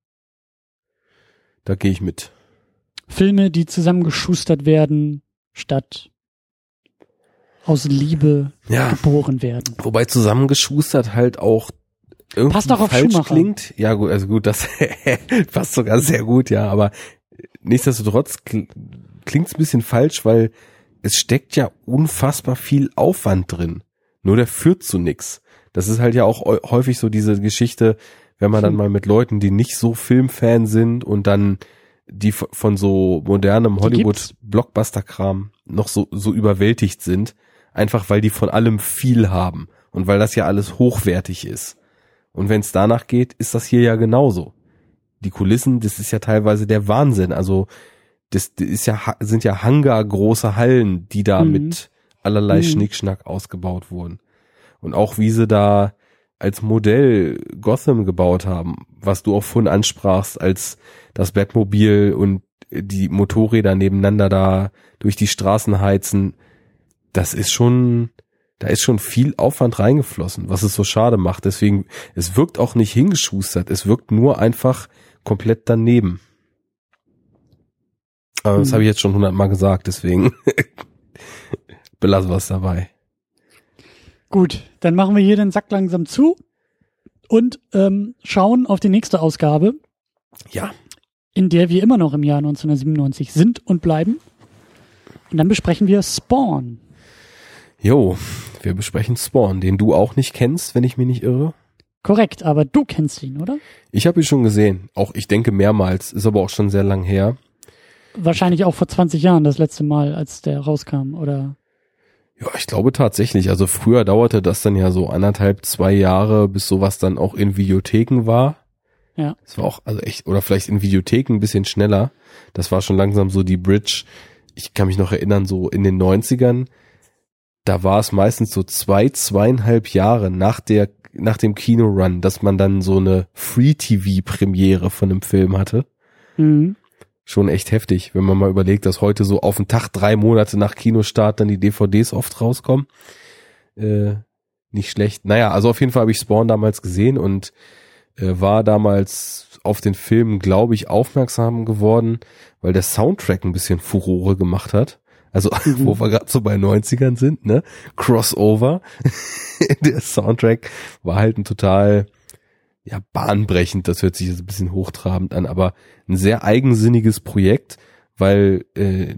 Da gehe ich mit. Filme, die zusammengeschustert werden, statt aus Liebe ja. geboren werden. Wobei zusammengeschustert halt auch irgendwie passt auch auf falsch Schumacher. Klingt. Ja gut, also gut, das passt sogar sehr gut, ja, aber nichtsdestotrotz klingt es ein bisschen falsch, weil es steckt ja unfassbar viel Aufwand drin. Nur der führt zu nix. Das ist halt ja auch häufig so diese Geschichte, wenn man hm. dann mal mit Leuten, die nicht so Filmfan sind und dann die von so modernem Hollywood-Blockbuster-Kram noch so, so überwältigt sind, einfach weil die von allem viel haben und weil das ja alles hochwertig ist. Und wenn es danach geht, ist das hier ja genauso. Die Kulissen, das ist ja teilweise der Wahnsinn. Also das, das ist ja sind ja Hangar große Hallen, die da mhm. mit allerlei mhm. Schnickschnack ausgebaut wurden. Und auch wie sie da als Modell Gotham gebaut haben, was du auch vorhin ansprachst, als das Batmobil und die Motorräder nebeneinander da durch die Straßen heizen, das ist schon, da ist schon viel Aufwand reingeflossen, was es so schade macht. Deswegen, es wirkt auch nicht hingeschustert, es wirkt nur einfach komplett daneben. Aber das hm. habe ich jetzt schon hundertmal gesagt, deswegen belassen wir es dabei. Gut, dann machen wir hier den Sack langsam zu und ähm, schauen auf die nächste Ausgabe. Ja. In der wir immer noch im Jahr neunzehnhundertsiebenundneunzig sind und bleiben. Und dann besprechen wir Spawn. Jo, wir besprechen Spawn, den du auch nicht kennst, wenn ich mich nicht irre. Korrekt, aber du kennst ihn, oder? Ich habe ihn schon gesehen. Auch, ich denke, mehrmals. Ist aber auch schon sehr lang her. Wahrscheinlich auch vor zwanzig Jahren das letzte Mal, als der rauskam, oder? Ja, ich glaube tatsächlich. Also früher dauerte das dann ja so anderthalb, zwei Jahre, bis sowas dann auch in Videotheken war. Ja. Das war auch, also echt, oder vielleicht in Videotheken ein bisschen schneller. Das war schon langsam so die Bridge. Ich kann mich noch erinnern, so in den neunzigern, da war es meistens so zwei, zweieinhalb Jahre nach der, nach dem Kinorun, dass man dann so eine Free-T V-Premiere von einem Film hatte. Mhm. Schon echt heftig, wenn man mal überlegt, dass heute so auf den Tag drei Monate nach Kinostart dann die D V Ds oft rauskommen. Äh, nicht schlecht. Naja, also auf jeden Fall habe ich Spawn damals gesehen und äh, war damals auf den Film, glaube ich, aufmerksam geworden, weil der Soundtrack ein bisschen Furore gemacht hat. Also, mhm. wo wir gerade so bei neunzigern sind, ne? Crossover. Der Soundtrack war halt ein total, ja, bahnbrechend, das hört sich jetzt ein bisschen hochtrabend an, aber ein sehr eigensinniges Projekt, weil äh,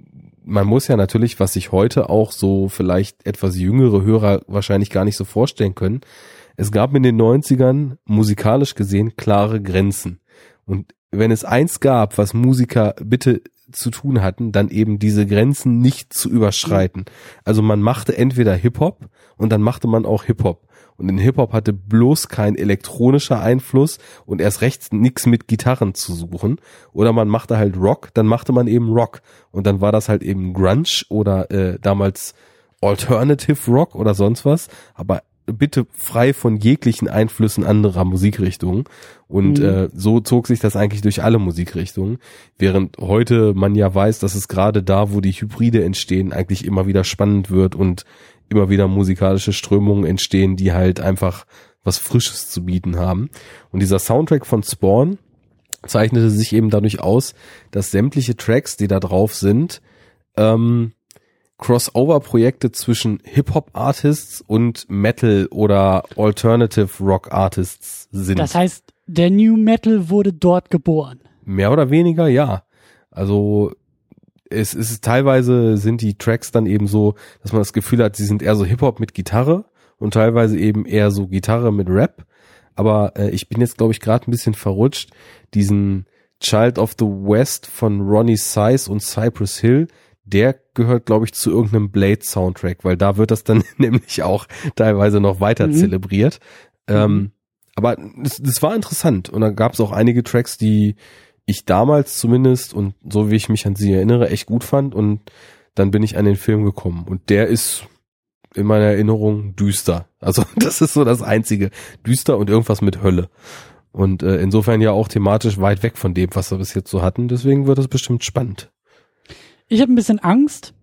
man muss ja natürlich, was sich heute auch so vielleicht etwas jüngere Hörer wahrscheinlich gar nicht so vorstellen können, es gab in den neunzigern musikalisch gesehen klare Grenzen. Und wenn es eins gab, was Musiker bitte zu tun hatten, dann eben diese Grenzen nicht zu überschreiten. Also man machte entweder Hip-Hop und dann machte man auch Hip-Hop. Und in Hip-Hop hatte bloß kein elektronischer Einfluss und erst recht nichts mit Gitarren zu suchen. Oder man machte halt Rock, dann machte man eben Rock. Und dann war das halt eben Grunge oder äh, damals Alternative Rock oder sonst was. Aber bitte frei von jeglichen Einflüssen anderer Musikrichtungen. Und mhm. äh, so zog sich das eigentlich durch alle Musikrichtungen. Während heute man ja weiß, dass es gerade da, wo die Hybride entstehen, eigentlich immer wieder spannend wird und immer wieder musikalische Strömungen entstehen, die halt einfach was Frisches zu bieten haben. Und dieser Soundtrack von Spawn zeichnete sich eben dadurch aus, dass sämtliche Tracks, die da drauf sind, ähm, Crossover-Projekte zwischen Hip-Hop-Artists und Metal- oder Alternative-Rock-Artists sind. Das heißt, der New Metal wurde dort geboren. Mehr oder weniger, ja. Also es ist teilweise sind die Tracks dann eben so, dass man das Gefühl hat, sie sind eher so Hip-Hop mit Gitarre und teilweise eben eher so Gitarre mit Rap. Aber äh, ich bin jetzt, glaube ich, gerade ein bisschen verrutscht. Diesen Child of the West von Ronnie Size und Cypress Hill, der gehört, glaube ich, zu irgendeinem Blade-Soundtrack, weil da wird das dann nämlich auch teilweise noch weiter mhm. zelebriert. Mhm. Ähm, aber das, das war interessant und da gab es auch einige Tracks, die ich damals zumindest und so wie ich mich an sie erinnere, echt gut fand und dann bin ich an den Film gekommen und der ist in meiner Erinnerung düster. Also das ist so das Einzige. Düster und irgendwas mit Hölle. Und äh, insofern ja auch thematisch weit weg von dem, was wir bis jetzt so hatten. Deswegen wird das bestimmt spannend. Ich habe ein bisschen Angst.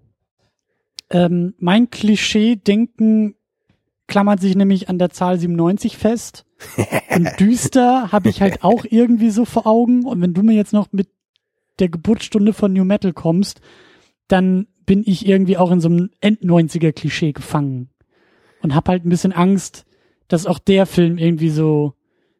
Ähm, mein Klischee-Denken klammert sich nämlich an der Zahl siebenundneunzig fest. Und düster habe ich halt auch irgendwie so vor Augen. Und wenn du mir jetzt noch mit der Geburtsstunde von New Metal kommst, dann bin ich irgendwie auch in so einem End-neunziger-Klischee gefangen. Und habe halt ein bisschen Angst, dass auch der Film irgendwie so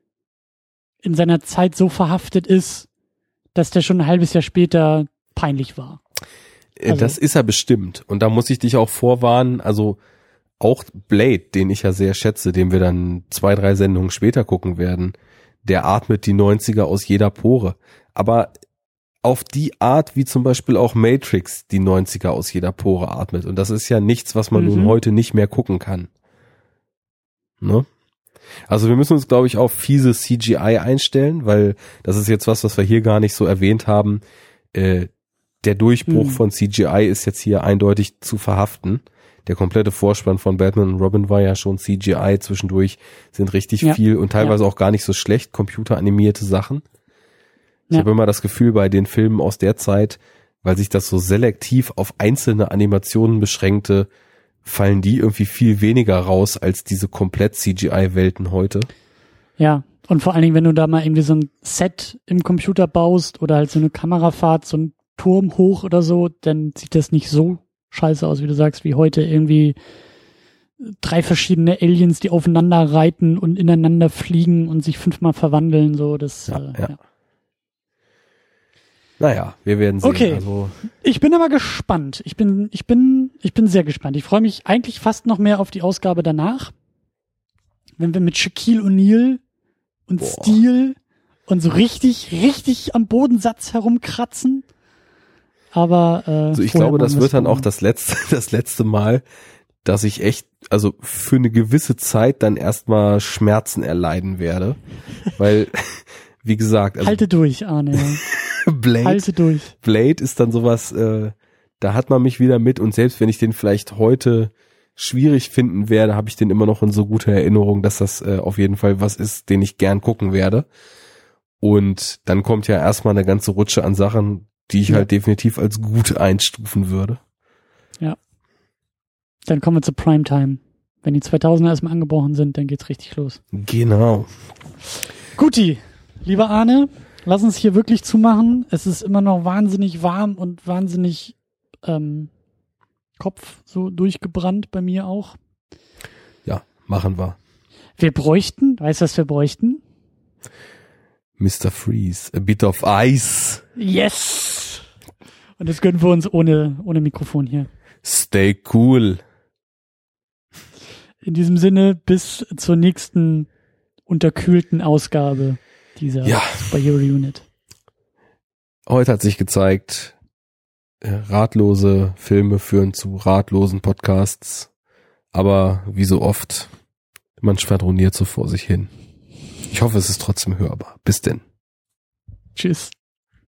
in seiner Zeit so verhaftet ist, dass der schon ein halbes Jahr später peinlich war. Also. Das ist er bestimmt. Und da muss ich dich auch vorwarnen, also auch Blade, den ich ja sehr schätze, den wir dann zwei, drei Sendungen später gucken werden, der atmet die neunziger aus jeder Pore. Aber auf die Art, wie zum Beispiel auch Matrix die neunziger aus jeder Pore atmet. Und das ist ja nichts, was man mhm. nun heute nicht mehr gucken kann. Ne? Also wir müssen uns, glaube ich, auf fiese C G I einstellen, weil das ist jetzt was, was wir hier gar nicht so erwähnt haben. Äh, der Durchbruch mhm. von C G I ist jetzt hier eindeutig zu verhaften. der komplette Vorspann von Batman und Robin war ja schon C G I, zwischendurch sind richtig ja. viel und teilweise ja. auch gar nicht so schlecht computeranimierte Sachen. Ich ja. habe immer das Gefühl bei den Filmen aus der Zeit, weil sich das so selektiv auf einzelne Animationen beschränkte, fallen die irgendwie viel weniger raus als diese komplett C G I-Welten heute. Ja, und vor allen Dingen, wenn du da mal irgendwie so ein Set im Computer baust oder halt so eine Kamerafahrt, so ein Turm hoch oder so, dann sieht das nicht so scheiße aus, wie du sagst, wie heute irgendwie drei verschiedene Aliens, die aufeinander reiten und ineinander fliegen und sich fünfmal verwandeln, so, das, ja, äh, ja. ja. Naja, wir werden sehen. Okay, also ich bin aber gespannt. Ich bin, ich bin, ich bin sehr gespannt. Ich freue mich eigentlich fast noch mehr auf die Ausgabe danach, wenn wir mit Shaquille O'Neal und Boah. Steel und so richtig, richtig am Bodensatz herumkratzen. Aber äh, also ich glaube, das wird dann auch das letzte, das letzte Mal, dass ich echt, also für eine gewisse Zeit dann erstmal Schmerzen erleiden werde, weil, wie gesagt, also halte durch, Arne. Blade, halte durch. Blade ist dann sowas, äh, da hat man mich wieder mit und selbst wenn ich den vielleicht heute schwierig finden werde, habe ich den immer noch in so guter Erinnerung, dass das äh, auf jeden Fall was ist, den ich gern gucken werde. Und dann kommt ja erstmal eine ganze Rutsche an Sachen, die ich ja. halt definitiv als gut einstufen würde. Ja. Dann kommen wir zu Primetime. Wenn die zweitausender erstmal angebrochen sind, dann geht's richtig los. Genau. Guti, lieber Arne, lass uns hier wirklich zumachen. Es ist immer noch wahnsinnig warm und wahnsinnig ähm, Kopf so durchgebrannt bei mir auch. Ja, machen wir. Wir bräuchten, weißt du, was wir bräuchten? Mister Freeze, a bit of ice. Yes! Und das gönnen wir uns ohne, ohne Mikrofon hier. Stay cool. In diesem Sinne, bis zur nächsten unterkühlten Ausgabe dieser ja. Superhero Unit. Heute hat sich gezeigt, ratlose Filme führen zu ratlosen Podcasts. Aber wie so oft, man schwadroniert so vor sich hin. Ich hoffe, es ist trotzdem hörbar. Bis denn. Tschüss.